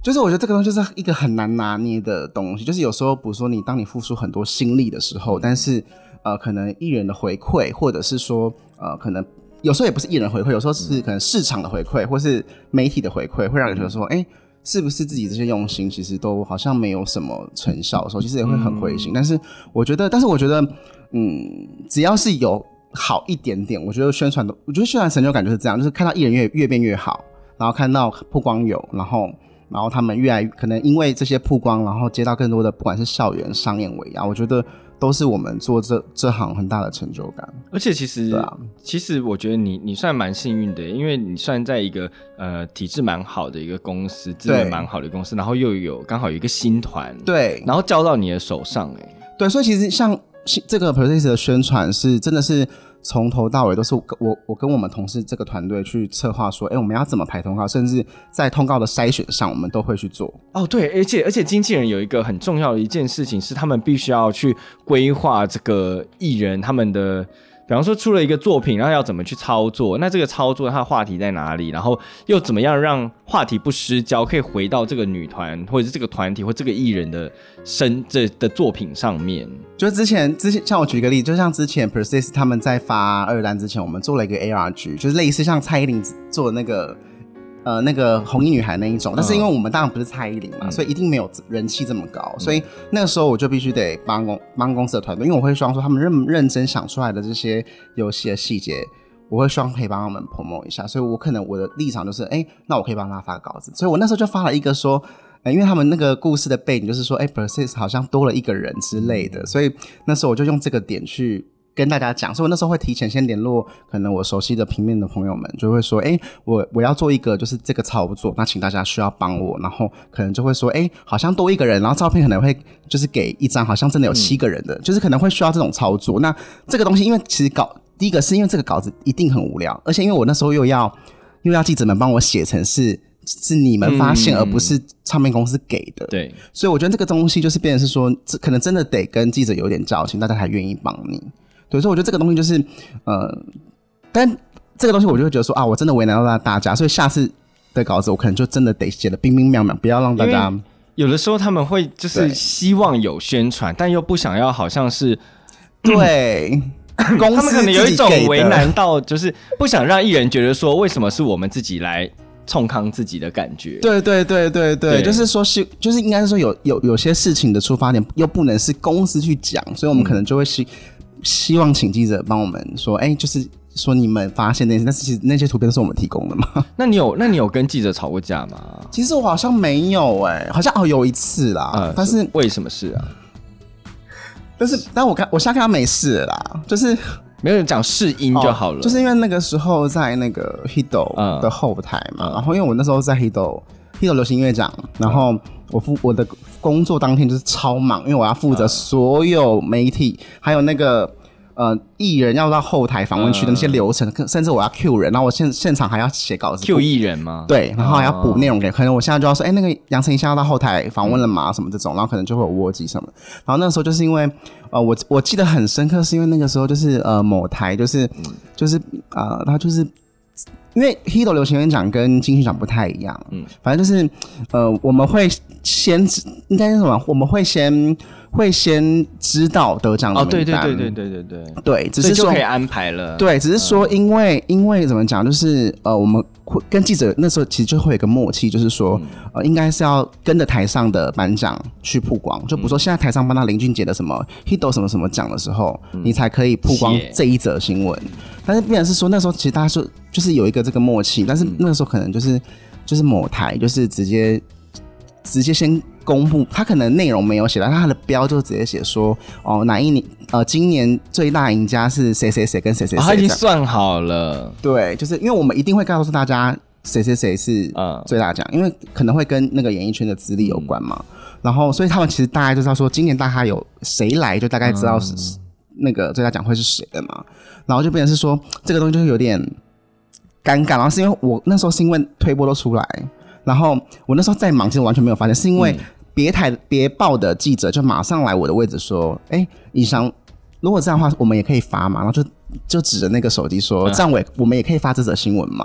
S2: 就是我觉得这个东西就是一个很难拿捏的东西，就是有时候比如说当你付出很多心力的时候，但是可能艺人的回馈，或者是说可能有时候也不是艺人回馈，有时候是可能市场的回馈，或是媒体的回馈，会让人觉得说是不是自己这些用心其实都好像没有什么成效的时候，其实也会很灰心。但是我觉得只要是有好一点点，我觉得宣传成就感就是这样，就是看到艺人越变越好，然后看到曝光有，然后他们越来越可能因为这些曝光，然后接到更多的不管是校园商演尾牙，我觉得都是我们做这行很大的成就感。
S1: 而且其实我觉得你算蛮幸运的，因为你算在一个体制蛮好的一个公司，资源蛮好的公司，然后又刚好有一个新团，
S2: 对，
S1: 然后交到你的手上。
S2: 对，所以其实像这个 Persist 的宣传是真的是从头到尾都是我跟我们同事这个团队去策划说我们要怎么排通告，甚至在通告的筛选上我们都会去做。
S1: 对，而且经纪人有一个很重要的一件事情是他们必须要去规划这个艺人他们的，比方说出了一个作品，然后要怎么去操作，那这个操作它的话题在哪里，然后又怎么样让话题不失焦，可以回到这个女团或者是这个团体或这个艺人的的作品上面。
S2: 就之前像我举一个例子，就像之前 Persist 他们在发二单之前，我们做了一个 ARG， 就是类似像蔡依林做的那个红衣女孩那一种，但是因为我们当然不是蔡依林嘛，所以一定没有人气这么高，所以那个时候我就必须得帮公司的团队，因为我会希望说他们认真想出来的这些游戏的细节，我会希望可以帮他们 promote 一下，所以我可能我的立场就是那我可以帮他发稿子，所以我那时候就发了一个说因为他们那个故事的背景就是说Persist 好像多了一个人之类的，所以那时候我就用这个点去跟大家讲，所以我那时候会提前先联络可能我熟悉的平面的朋友们，就会说我要做一个就是这个操作，那请大家需要帮我，然后可能就会说好像多一个人，然后照片可能会就是给一张好像真的有7个人的，就是可能会需要这种操作。那这个东西因为其实第一个是因为这个稿子一定很无聊，而且因为我那时候又要记者们帮我写成是你们发现而不是唱片公司给的，
S1: 对，
S2: 所以我觉得这个东西就是变成是说可能真的得跟记者有点交情，大家才愿意帮你。对，所以我觉得这个东西就是但这个东西我就会觉得说我真的为难到大家，所以下次的稿子我可能就真的得写得冰冰妙妙，不要让大家
S1: 有的时候他们会就是希望有宣传，但又不想要好像是
S2: 对公司
S1: 他们可能有一种为难到就是不想让艺人觉得说为什么是我们自己来冲康自己的感觉。
S2: 对，就是说就是应该是说有些事情的出发点又不能是公司去讲，所以我们可能就会希望请记者帮我们说就是说你们发现那些，但是其实那些图片都是我们提供的嘛。那你
S1: 有跟记者吵过架吗？
S2: 其实我好像没有好像有一次啦，但是
S1: 为什么事啊？
S2: 但我现在看他没事了啦，就是
S1: 没有人讲试音就好了，
S2: 就是因为那个时候在那个 Hido 的后台嘛，然后因为我那时候在 Hido 流行音乐奖，然后我的工作当天就是超忙，因为我要负责所有媒体还有那个艺人要到后台访问区的那些流程，甚至我要 Q 人，然后我现场还要写稿子
S1: Q 艺人吗？
S2: 对，然后还要补内容给，可能我现在就要说那个杨丞琳现在要到后台访问了嘛，什么这种，然后可能就会有窝机什么，然后那时候就是因为我记得很深刻，是因为那个时候就是某台就是他就是因为 Hido 流行音乐奖跟金曲奖不太一样，反正就是我们会先应该是什么？我们会先知道得奖的名单，对，只是说
S1: 就可以安排了。
S2: 对，只是说因为怎么讲，就是我们跟记者那时候其实就会有一个默契，就是说应该是要跟着台上的颁奖去曝光，就比如说现在台上颁到林俊杰的什么 Hido 什么什么奖的时候，你才可以曝光这一则新闻。但是变成是说那时候其实大家就是有一个这个默契，但是那个时候可能就是某台就是直接先公布，他可能内容没有写，但他的标就直接写说哪一年今年最大赢家是谁谁谁跟谁谁谁，
S1: 他已经算好了。
S2: 对，就是因为我们一定会告诉大家谁谁谁是最大奖，因为可能会跟那个演艺圈的资历有关嘛。然后所以他们其实大概就知道说今年大概有谁来，就大概知道是那个最大奖会是谁的嘛。然后就变成是说这个东西就有点尴尬，然后是因为我那时候新闻推播都出来，然后我那时候在忙，其实完全没有发现，是因为别报的记者就马上来我的位置说以上如果这样的话我们也可以发嘛，然后就指着那个手机说这样我们也可以发这则新闻嘛。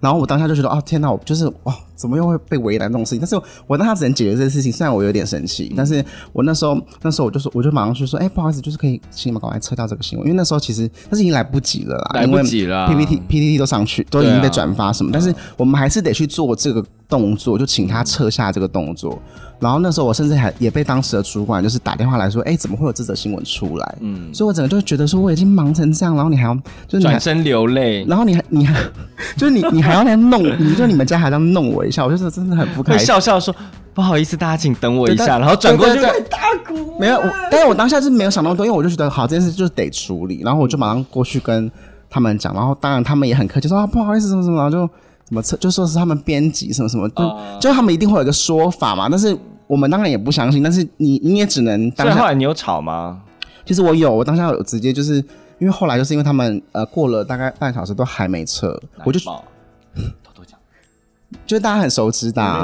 S2: 然后我当下就觉得天哪，我就是怎么又会被为难这种事情？但是我当下只能解决这件事情，虽然我有点生气，但是我那时候我就马上去说，不好意思，就是可以请你们赶快撤掉这个新闻，因为那时候其实但是已经来不及了啦，
S1: 来不及了
S2: ，PTT 都上去，都已经被转发什么，但是我们还是得去做这个动作，就请他撤下这个动作。然后那时候我甚至也被当时的主管就是打电话来说，怎么会有这则新闻出来？所以我整个就觉得说我已经忙成这样，然后你还要就是
S1: 转身流泪，
S2: 然后你还就是你还要来弄，你们家还要弄我一下，我就是真的很不开心，
S1: 会笑说不好意思，大家请等我一下，然后转过去大哭。
S2: 没有，但是我当下是没有想那么多，因为我就觉得好，这件事就是得处理，然后我就马上过去跟他们讲，然后当然他们也很客气说不好意思什么什么，然后就说是他们编辑什么什么，就他们一定会有一个说法嘛，但是我们当然也不相信，但是你也只能当下。
S1: 所以后来你有吵吗？
S2: 其实我当下有直接就是因为后来就是因为他们过了大概半小时都还没撤，我就偷
S1: 偷讲，
S2: 就是大家很熟知的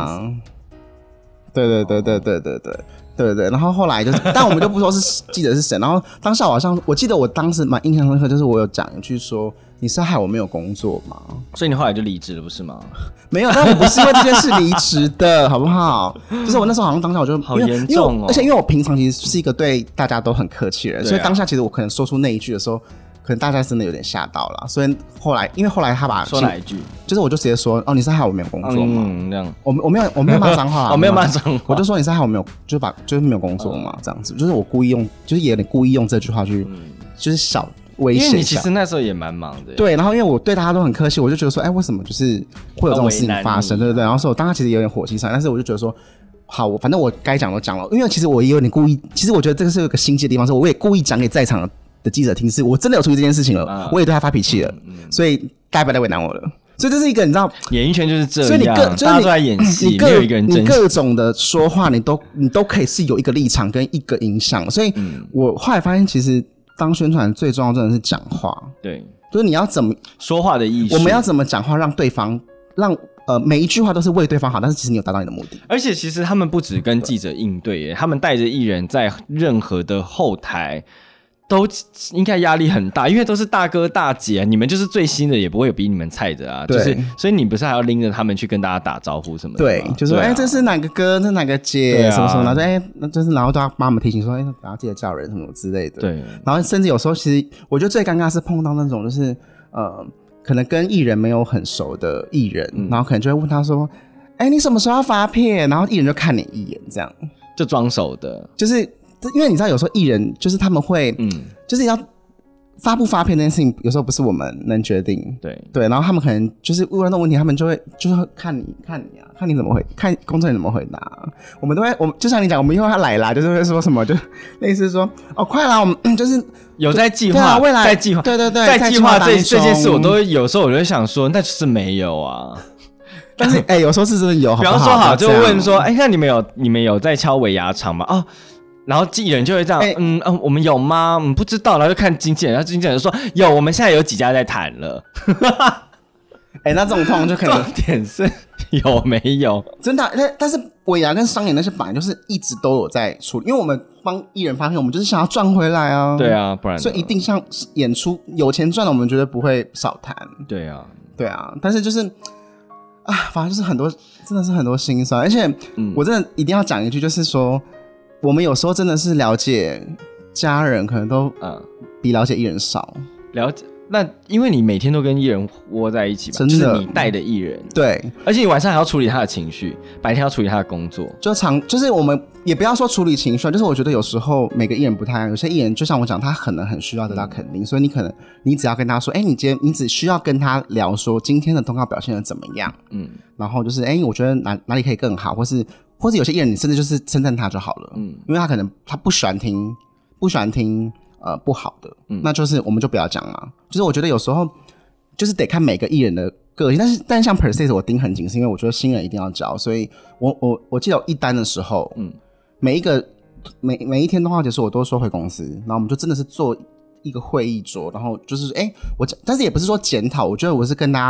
S2: 对，然后后来就是，但我们就不说是记者是谁。然后当下我记得我当时蛮印象深刻，就是我有讲一句说：“你是害我没有工作吗？”
S1: 所以你后来就离职了，不是吗？
S2: 没有，但我不是因为这件事离职的，好不好？就是我那时候好像当下我就
S1: 好严重
S2: 而且因为我平常其实是一个对大家都很客气的人，所以当下其实我可能说出那一句的时候。可能大家真的有点吓到了，所以因为后来他把
S1: 说哪一句，
S2: 就是我就直接说你是害我没有工作吗？
S1: 这样
S2: 我没有骂脏话，
S1: 我没有骂脏话，
S2: 我就说你是害我没有就是没有工作嘛，这样子，就是我故意用，就是也有点故意用这句话去，就是小威胁一下。
S1: 因为你其实那时候也蛮忙的，
S2: 对，然后因为我对大家都很客气，我就觉得说，为什么就是会有这种事情发生，对不对？然后所以我当时其实有点火气上，但是我就觉得说。好，反正我该讲都讲了，因为其实我也有点故意，其实我觉得这个是有个心机的地方，是我也故意讲给在场的记者听，是我真的有处理这件事情了，我也对他发脾气了，所以大家不要再为难我了。所以这是一个你知道，
S1: 演艺圈就是这样，
S2: 所以
S1: 大家都在演戏，没有一个人真实。
S2: 你各种的说话，你都可以是有一个立场跟一个影响。所以我后来发现，其实当宣传最重要真的是讲话，
S1: 对，
S2: 就是你要怎么
S1: 说话的艺术，
S2: 我们要怎么讲话，让对方每一句话都是为对方好，但是其实你有达到你的目的。
S1: 而且其实他们不只跟记者应对耶，他们带着艺人在任何的后台都应该压力很大，因为都是大哥大姐，你们就是最新的，也不会有比你们菜的啊。就是，所以你不是还要拎着他们去跟大家打招呼什么的吗？
S2: 对，就说这是哪个哥，这是哪个姐，什么什么，然后那就是然后都要帮他们提醒说，然后记得叫人什么之类的。
S1: 对，
S2: 然后甚至有时候其实我觉得最尴尬是碰到那种就是可能跟艺人没有很熟的艺人，然后可能就会问他说：“你什么时候要发片？”然后艺人就看你一眼，这样
S1: 就装熟的，
S2: 就是因为你知道，有时候艺人就是他们会，就是要发不发片这件事情，有时候不是我们能决定，对，然后他们可能就是问到问题，他们就是看你啊，看你怎么看工作人员怎么回答。我们就像你讲，我们因为他来啦，就是会说什么，就类似说快啦，我们就是
S1: 有在计划，
S2: 未来
S1: 在计划，
S2: 对，
S1: 在计划这件事，我都有时候我就会想说，那就是没有啊。
S2: 但是有时候是真的有，
S1: 比方说好，就问说，那你们有在敲尾牙场吗？哦。然后艺人就会这样，我们有吗？不知道，然后就看经纪人，然后经纪人就说有，我们现在有几家在谈了。
S2: 那这种通常就可能
S1: 重点是有没有
S2: 真的，但是尾牙跟商演那些本来就是一直都有在处理，因为我们帮艺人发片，我们就是想要赚回来啊。
S1: 对啊，不然
S2: 所以一定像演出有钱赚了，我们绝对不会少谈。
S1: 对啊，
S2: 但是就是反正就是很多，真的是很多心酸，而且我真的一定要讲一句，就是说。我们有时候真的是了解家人，可能都比了解艺人少。了解，
S1: 那因为你每天都跟艺人窝在一起吧，就是你带的艺人，
S2: 对，
S1: 而且你晚上还要处理他的情绪，白天要处理他的工作，
S2: 就是我们也不要说处理情绪，就是我觉得有时候每个艺人不太一样，有些艺人就像我讲，他可能很需要得到肯定，所以你只要跟他说，你只需要跟他聊说今天的通告表现的怎么样，然后就是我觉得哪里可以更好，或者有些艺人你甚至就是称赞他就好了，因为他可能他不喜欢听不好的，那就是我们就不要讲嘛。就是我觉得有时候就是得看每个艺人的个性，但像 per se 我盯很紧，是因为我觉得新人一定要教，所以我记得有一单的时候，每一天通告结束我都说回公司，然后我们就真的是做一个会议桌，然后就是但是也不是说检讨，我觉得我是跟大家。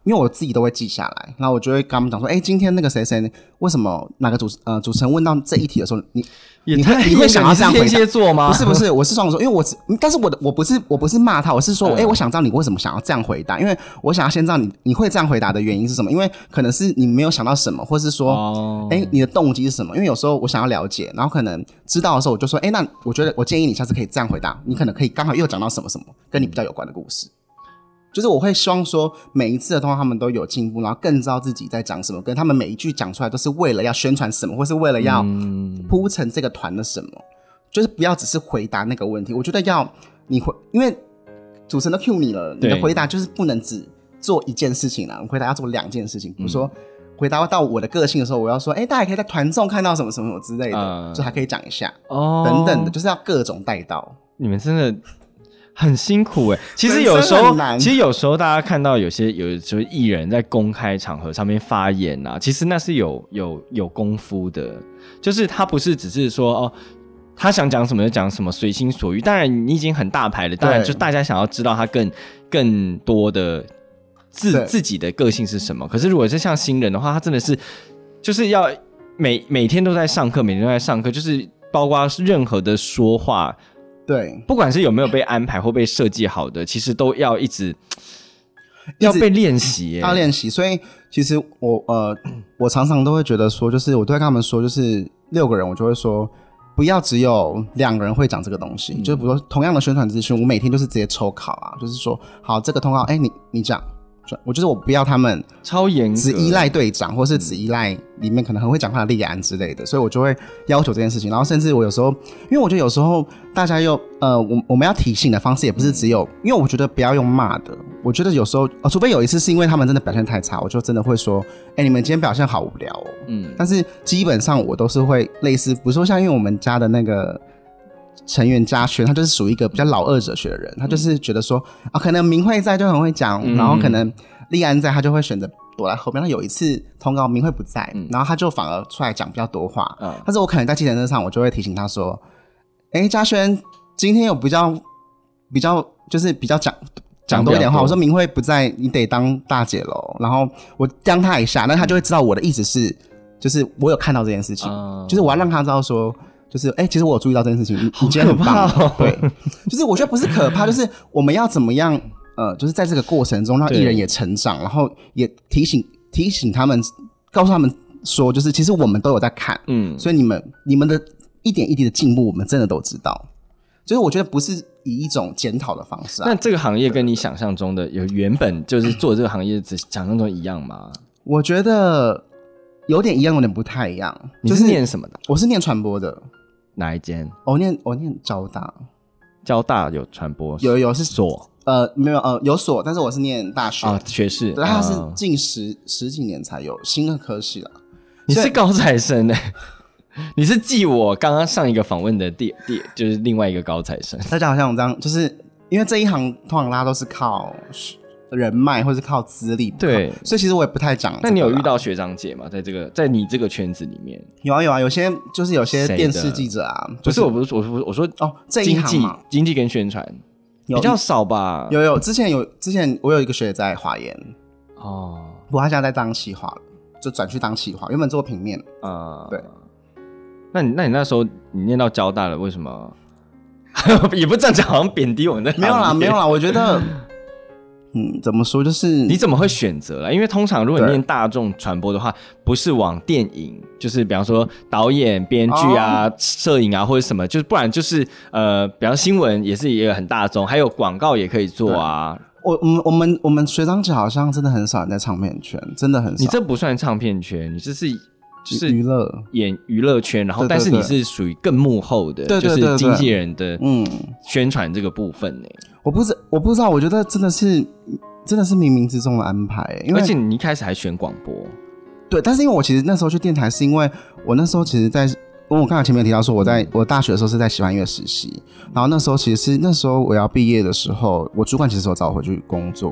S2: 因为我自己都会记下来，然后我就会跟他们讲说，今天那个谁谁为什么哪个主持人问到这一题的时候，你会想要这样回答？
S1: 天蝎座吗？
S2: 不是，我是双子座，因为但是我不是骂他，我是说，我想知道你为什么想要这样回答，因为我想要先知道你会这样回答的原因是什么，因为可能是你没有想到什么，或是说，你的动机是什么？因为有时候我想要了解，然后可能知道的时候，我就说，那我建议你下次可以这样回答，你可能可以刚好又讲到什么什么跟你比较有关的故事。就是我会希望说每一次的通话他们都有进步，然后更知道自己在讲什么，跟他们每一句讲出来都是为了要宣传什么，或是为了要铺成这个团的什么，就是不要只是回答那个问题。我觉得因为主持人都 cue 你了，你的回答就是不能只做一件事情啦，回答要做2件事情，比如说回答到我的个性的时候，我要说大家可以在团众看到什么什么什么之类的，就还可以讲一下等等的，就是要各种带到。
S1: 你们真的很辛苦其实有时候大家看到有时候艺人在公开场合上面发言啊，其实那是有功夫的，就是他不是只是说他想讲什么就讲什么，随心所欲。当然你已经很大牌了，当然就大家想要知道他更多的自己的个性是什么。可是如果是像新人的话，他真的是就是要每天都在上课，每天都在上课，就是包括任何的说话。
S2: 对，
S1: 不管是有没有被安排或被设计好的，其实都要一直要被练习
S2: 要练习。所以其实我常常都会觉得说，就是我都会跟他们说，就是6个人我就会说，不要只有2个人会讲这个东西。就是比如说同样的宣传资讯，我每天就是直接抽考啊，就是说好这个通告，你讲。我不要他们
S1: 超严格，
S2: 只依赖队长，或是只依赖里面可能很会讲话的立安之类的，所以我就会要求这件事情。然后甚至我有时候，因为我觉得有时候大家又我们要提醒的方式也不是只有，因为我觉得不要用骂的。我觉得有时候除非有一次是因为他们真的表现太差，我就真的会说，你们今天表现好无聊哦。但是基本上我都是会类似，比如说像因为我们家的那个成员嘉轩，他就是属于一个比较老二哲学的人，他就是觉得说可能明慧在就很会讲，然后可能立安在他就会选择躲在后面。那有一次通告明慧不在，然后他就反而出来讲比较多话，但是我可能在计程车上我就会提醒他说，嘉轩今天有比较就是比较讲多一点话，我说明慧不在你得当大姐咯，然后我刁他一下，那他就会知道我的意思是就是我有看到这件事情，就是我要让他知道说就是其实我有注意到这件事情，你今天很棒对，就是我觉得不是可怕，就是我们要怎么样就是在这个过程中让艺人也成长，然后也提醒他们，告诉他们说就是其实我们都有在看，所以你们的一点一滴的进步我们真的都知道，就是我觉得不是以一种检讨的方式
S1: 那这个行业跟你想象中的原本就是做这个行业想象中一样吗？
S2: 我觉得有点一样，有点不太一样。
S1: 你是念什么的？
S2: 我是念传播的。
S1: 哪一间？
S2: 我念交大。
S1: 交大有传播？
S2: 有是
S1: 所？
S2: 没有有所，但是我是念大学
S1: 学士。
S2: 对，它是近十几年才有新的科系啦。
S1: 你是高材生你是继我刚刚上一个访问的就是另外一个高材生。
S2: 大家好像这样，就是因为这一行通常大家都是靠人脉或是靠资历，
S1: 对，
S2: 所以其实我也不太讲。
S1: 那你有遇到学长姐吗？在你这个圈子里面？有
S2: 啊，有些电视记者啊，
S1: 不是我说
S2: 这一行嘛，
S1: 经济跟宣传比较少吧？
S2: 有，之前我有一个学姐在华研不过她现在在当企划了，就转去当企划，原本做平面对。
S1: 那你那时候你念到交大了，为什么也不这样讲，好像贬低我们的行业？
S2: 没有啦，我觉得怎么说，就是
S1: 你怎么会选择啦？因为通常如果你念大众传播的话，不是往电影，就是比方说导演、编剧啊、摄影啊或者什么，就是不然就是比方新闻也是一个很大众，还有广告也可以做啊。
S2: 我们学长姐好像真的很少人在唱片圈，真的很少。
S1: 你这不算唱片圈，你这是就是娱乐圈，然后但是你是属于更幕后的，就是经纪人的宣传这个部分呢。
S2: 我不知道，我觉得真的是冥冥之中的安排，因为
S1: 而且你一开始还选广播，
S2: 对，但是因为我其实那时候去电台，是因为我那时候其实因为我刚才前面提到说我大学的时候是在喜欢音乐实习，然后那时候我要毕业的时候，我主管其实有找我回去工作，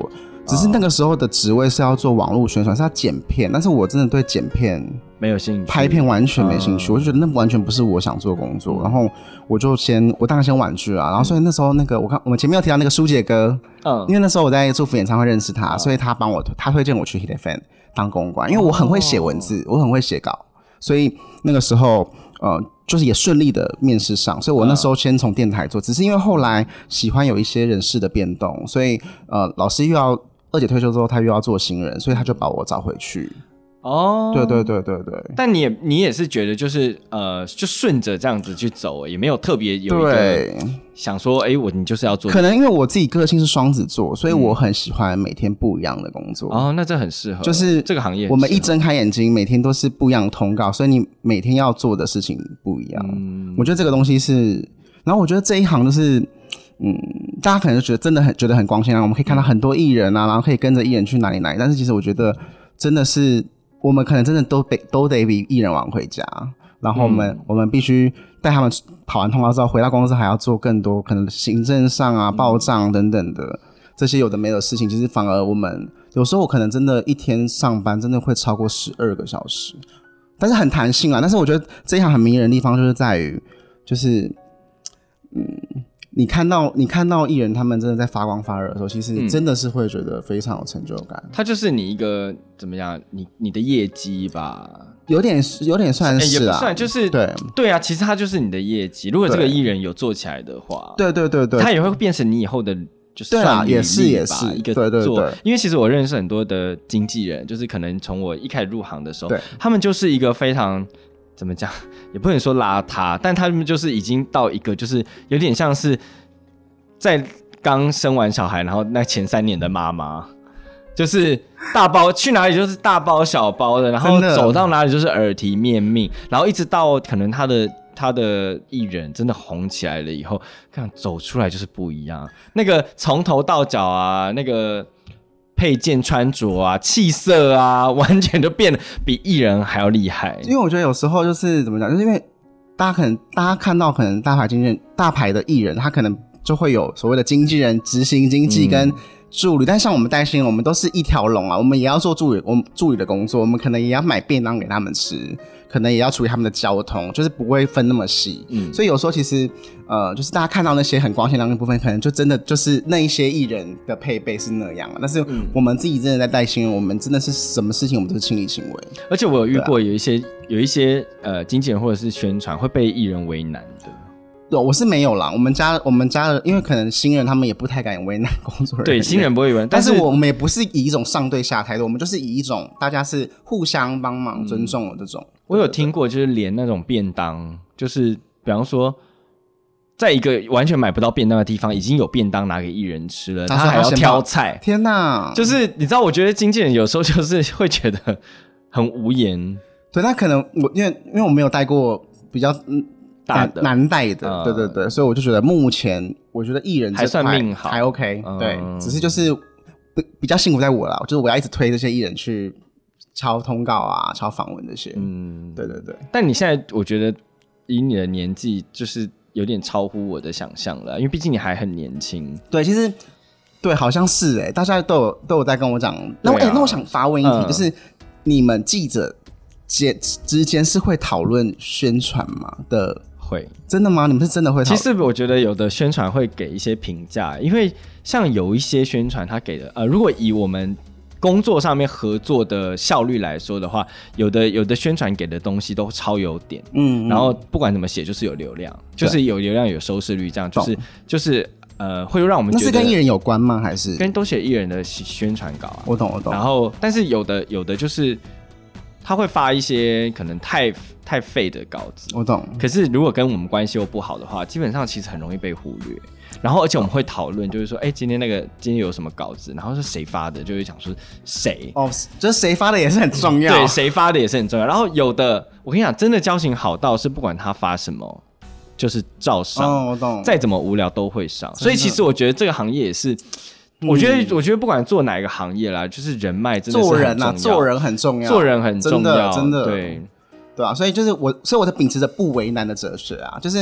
S2: 只是那个时候的职位是要做网络宣传，是要剪片，但是我真的对剪片
S1: 没有兴趣，
S2: 拍片完全没兴趣，我就觉得那完全不是我想做的工作。然后我当然先婉拒啊。然后所以那时候我们前面有提到那个舒杰哥，因为那时候我在祝福演唱会认识他，所以他推荐我去 Hit FM 当公关，因为我很会写文字，我很会写稿，所以那个时候就是也顺利的面试上，所以我那时候先从电台做，只是因为后来喜欢有一些人事的变动，所以老师二姐退休之后，他又要做新人，所以他就把我找回去。对。
S1: 但你也是觉得就是就顺着这样子去走，也没有特别有一个想说，你就是要做。
S2: 可能因为我自己个性是双子座，所以我很喜欢每天不一样的工作。
S1: 那这很适合，
S2: 就是
S1: 这个行业。
S2: 我们一睁开眼睛，每天都是不一样的通告，所以你每天要做的事情不一样。我觉得这个东西是，然后我觉得这一行就是。大家可能就觉得很光鲜啊，我们可以看到很多艺人啊，然后可以跟着艺人去哪里，但是其实我觉得真的是我们可能真的都得比艺人晚回家，然后我们必须带他们跑完通告之后回到公司，还要做更多可能行政上啊、报账等等的这些有的没的事情，其实反而我们有时候我可能真的一天上班真的会超过12个小时，但是很弹性啦。但是我觉得这一行很迷人的地方就是在于，就是你看到艺人他们真的在发光发热的时候，其实真的是会觉得非常有成就感。
S1: 它就是你一个怎么样，你的业绩吧，
S2: 有点算是
S1: 也不算，就是对啊，其实它就是你的业绩。如果这个艺人有做起来的话，
S2: 对，
S1: 它也会变成你以后的就是
S2: 算也是
S1: 一个做。因为其实我认识很多的经纪人，就是可能从我一开始入行的时候，他们就是一个非常。怎么讲也不能说邋遢，但他们就是已经到一个就是有点像是在刚生完小孩然后那前3年的妈妈，就是大包去哪里就是大包小包的，然后走到哪里就是耳提面命，然后一直到可能他的艺人真的红起来了以后，看走出来就是不一样，那个从头到脚啊，那个配件穿着啊，气色啊，完全就变得比艺人还要厉害。
S2: 因为我觉得有时候就是怎么讲，就是因为大家看到可能大牌的艺人，他可能就会有所谓的经纪人、执行经纪跟助理，但像我们带新人，我们都是一条龙啊，我们也要做助理的工作，我们可能也要买便当给他们吃，可能也要处理他们的交通，就是不会分那么细。所以有时候其实就是大家看到那些很光鲜亮丽的部分，可能就真的就是那一些艺人的配备是那样，但是我们自己真的在带新人，我们真的是什么事情我们都是亲力亲为。
S1: 而且我有遇过有一些经纪人或者是宣传会被艺人为难的。
S2: 对，我是没有啦。我们家的，因为可能新人他们也不太敢为难工作人员。
S1: 对，新人不会为难，
S2: 但是我们也不是以一种上对下态度，我们就是以一种大家是互相帮忙、尊重的这种。
S1: 我有听过，就是连那种便当，就是比方说，在一个完全买不到便当的地方，已经有便当拿给艺人吃了，他还要挑菜。
S2: 天哪！
S1: 就是你知道，我觉得经纪人有时候就是会觉得很无言。
S2: 对，那可能因为我没有带过比较。难带的，对，所以我就觉得目前我觉得艺人这块
S1: 还算命好，
S2: 还 OK，对，只是就是比较辛苦在我啦，就是我要一直推这些艺人去敲通告啊、敲访问这些，对。
S1: 但你现在我觉得以你的年纪，就是有点超乎我的想象了，因为毕竟你还很年轻。
S2: 对，其实对，好像是大家都有在跟我讲。那我想发问一题，就是你们记者之间是会讨论宣传吗？
S1: 会，
S2: 真的吗？你们是真的会讨论？
S1: 其实我觉得有的宣传会给一些评价，因为像有一些宣传他给的如果以我们工作上面合作的效率来说的话，有的宣传给的东西都超有点，然后不管怎么写就是有流量，就是有流量有收视率，这样就是会让我们觉得
S2: 那是跟艺人有关吗？还是
S1: 跟都写艺人的宣传稿啊？
S2: 我懂。
S1: 然后，但是有的就是他会发一些可能太废的稿子，
S2: 我懂。
S1: 可是如果跟我们关系又不好的话，基本上其实很容易被忽略。然后而且我们会讨论，就是说，今天有什么稿子，然后是谁发的，就会讲说谁
S2: 就是谁发的也是很重要，
S1: 对，谁发的也是很重要。然后有的，我跟你讲，真的交情好到是不管他发什么，就是照上，
S2: 我懂。
S1: 再怎么无聊都会上。所以其实我觉得这个行业也是。我觉得不管做哪一个行业啦，就是人脉真的是很重要，
S2: 做人很重要，
S1: 做人很重要，
S2: 真的
S1: 对
S2: 啊，所以就是我在秉持着不为难的哲学啊，就是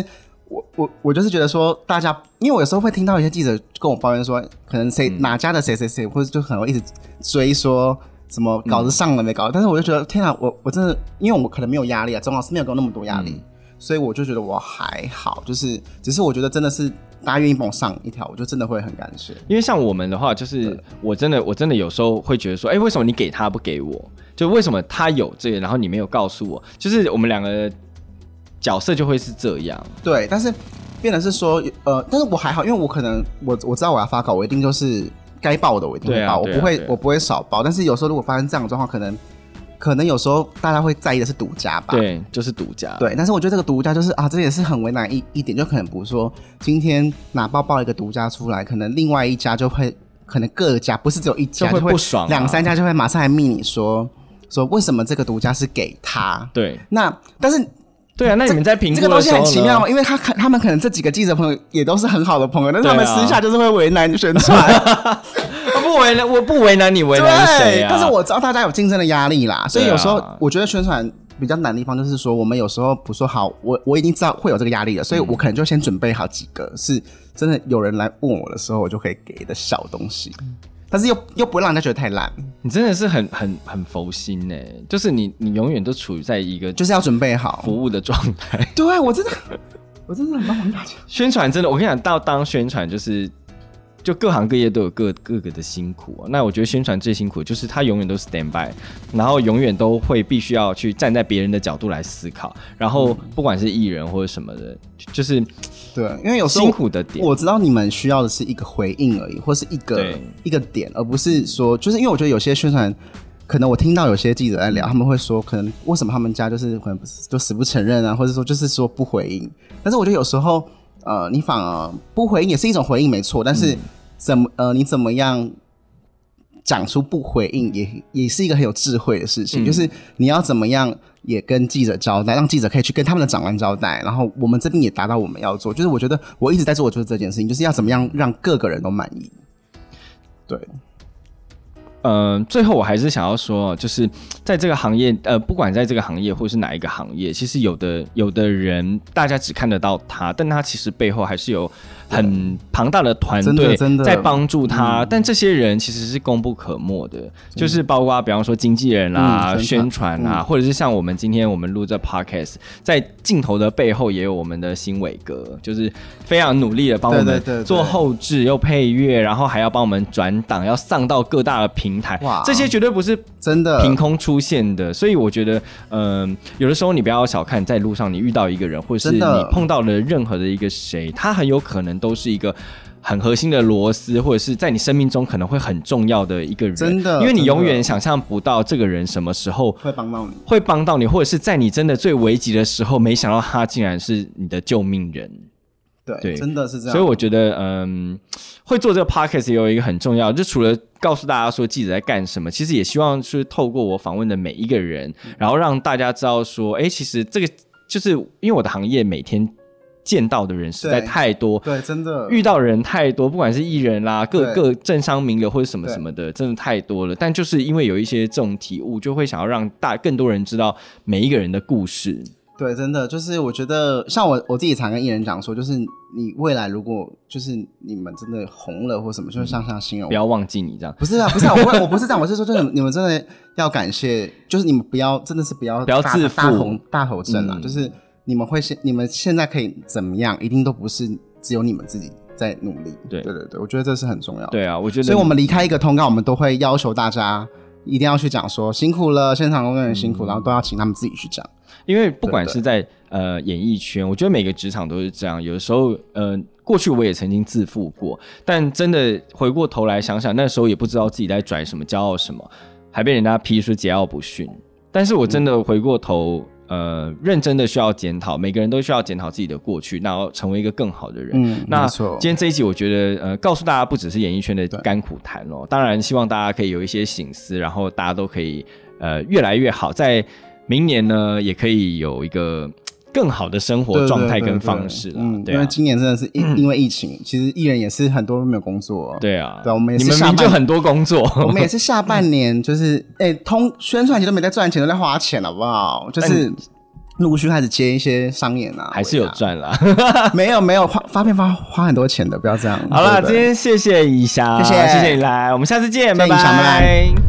S2: 我就是觉得说，大家因为我有时候会听到一些记者跟我抱怨说，可能哪家的谁谁谁，或者就可能会一直追说什么稿子上了没稿，但是我就觉得天啊，我真的因为我可能没有压力啊，钟老师没有给我那么多压力，所以我就觉得我还好，就是只是我觉得真的是大家愿意帮我上一条，我就真的会很感谢。
S1: 因为像我们的话，就是我真的有时候会觉得说，为什么你给他不给我？就为什么他有这个，然后你没有告诉我？就是我们两个角色就会是这样。
S2: 对，但是变成是说，但是我还好，因为我可能我知道我要发稿，我一定就是该报的我一定会报，我不会少报。但是有时候如果发生这样的状况，可能有时候大家会在意的是独家吧？
S1: 对，就是独家。
S2: 对，但是我觉得这个独家就是这也是很为难一点，就可能比如说今天哪报一个独家出来，可能另外一家就会，可能各家不是只有一家，
S1: 就会不爽
S2: 2、3家就会马上来密你说为什么这个独家是给他？
S1: 对，
S2: 但是。
S1: 对啊，那你们在评估的时候
S2: 这个东西很奇妙，因为他们可能这几个记者朋友也都是很好的朋友，但是他们私下就是会为难宣传。
S1: 我不为难你，为难谁啊？
S2: 但是我知道大家有竞争的压力啦，所以有时候我觉得宣传比较难的地方就是说，我们有时候不说好，我已经知道会有这个压力了，所以我可能就先准备好几个是真的有人来问我的时候，我就可以给的小东西。但是又不会让人家觉得太烂。
S1: 你真的是很佛心欸，就是你永远都处于在一个
S2: 就是要准备好
S1: 服务的状态。
S2: 对，我真的很帮忙大家。
S1: 宣传真的，我跟你讲，当宣传就各行各业都有各个的辛苦啊。那我觉得宣传最辛苦的就是他永远都 stand by， 然后永远都会必须要去站在别人的角度来思考，然后不管是艺人或者什么的，就是
S2: 对，因为有时候
S1: 辛苦的点，
S2: 我知道你们需要的是一个回应而已，或是一个点，而不是说，就是因为我觉得有些宣传，可能我听到有些记者在聊，他们会说，可能为什么他们家就是可能就死不承认啊，或者说就是说不回应。但是我觉得有时候，你反而不回应也是一种回应，没错。但是你怎么样讲出不回应也是一个很有智慧的事情，就是你要怎么样也跟记者交代，让记者可以去跟他们的长官交代，然后我们这边也达到我们要做。就是我觉得我一直在做就是这件事情，就是要怎么样让各个人都满意。对。
S1: 最后我还是想要说，就是在这个行业，不管在这个行业或是哪一个行业，其实有的人大家只看得到他，但他其实背后还是有很庞大的团队在帮助他，但这些人其实是功不可没的，就是包括比方说经纪人啦、宣传啦，或者是像我们今天我们录这 podcast， 在镜头的背后也有我们的新伟哥，就是非常努力的帮我们做后制又配乐，然后还要帮我们转档，要上到各大的平台，这些绝对不是真的凭空出现的，所以我觉得，有的时候你不要小看在路上你遇到一个人，或者是你碰到了任何的一个谁，他很有可能都是一个很核心的螺丝，或者是在你生命中可能会很重要的一个人，真的，因为你永远想象不到这个人什么时候会帮到你，或者是在你真的最危急的时候，没想到他竟然是你的救命人。
S2: 对，真的是这样。
S1: 所以我觉得，会做这个 podcast 也有一个很重要，就除了告诉大家说记者在干什么，其实也希望是透过我访问的每一个人，然后让大家知道说，其实这个就是因为我的行业每天见到的人实在太多，对，真的遇到的人太多，不管是艺人啦、各政商名流或者什么什么的，真的太多了。但就是因为有一些这种体悟，就会想要让更多人知道每一个人的故事。
S2: 对，真的就是我觉得，像我自己常跟艺人讲说，就是你未来如果就是你们真的红了或什么，就是像形容，
S1: 不要忘记你这样。
S2: 不是啊，我不是这样，我是说，就是你们真的要感谢，就是你们真的是不要
S1: 自负
S2: 大头症啊，就是你们现在可以怎么样，一定都不是只有你们自己在努力。对，我觉得这是很重要的。
S1: 对啊，我觉得，
S2: 所以我们离开一个通告，我们都会要求大家一定要去讲说辛苦了，现场工作人员辛苦，然后都要请他们自己去讲。
S1: 因为不管是在演艺圈，我觉得每个职场都是这样。有的时候，过去我也曾经自负过，但真的回过头来想想，那时候也不知道自己在拽什么、骄傲什么，还被人家批说桀骜不驯。但是我真的回过头，认真的需要检讨，每个人都需要检讨自己的过去，然后成为一个更好的人。那今天这一集，我觉得告诉大家，不只是演艺圈的甘苦谈哦，当然希望大家可以有一些省思，然后大家都可以越来越好，在明年呢，也可以有一个更好的生活状态跟方式啦。
S2: 因为今年真的是因为疫情，其实艺人也是很多都没有工作。
S1: 对啊，
S2: 对，我们也是
S1: 你们明明就很多工作，
S2: 我们也是下半年就是宣传期都没在赚钱，都在花钱，好不好？就是陆续开始接一些商演啊，
S1: 还是有赚啦。
S2: 没有发片花很多钱的，不要这样。
S1: 好了，今天谢谢以翔，
S2: 谢谢
S1: 你来，我们下次见，拜
S2: 谢谢以翔拜
S1: 拜。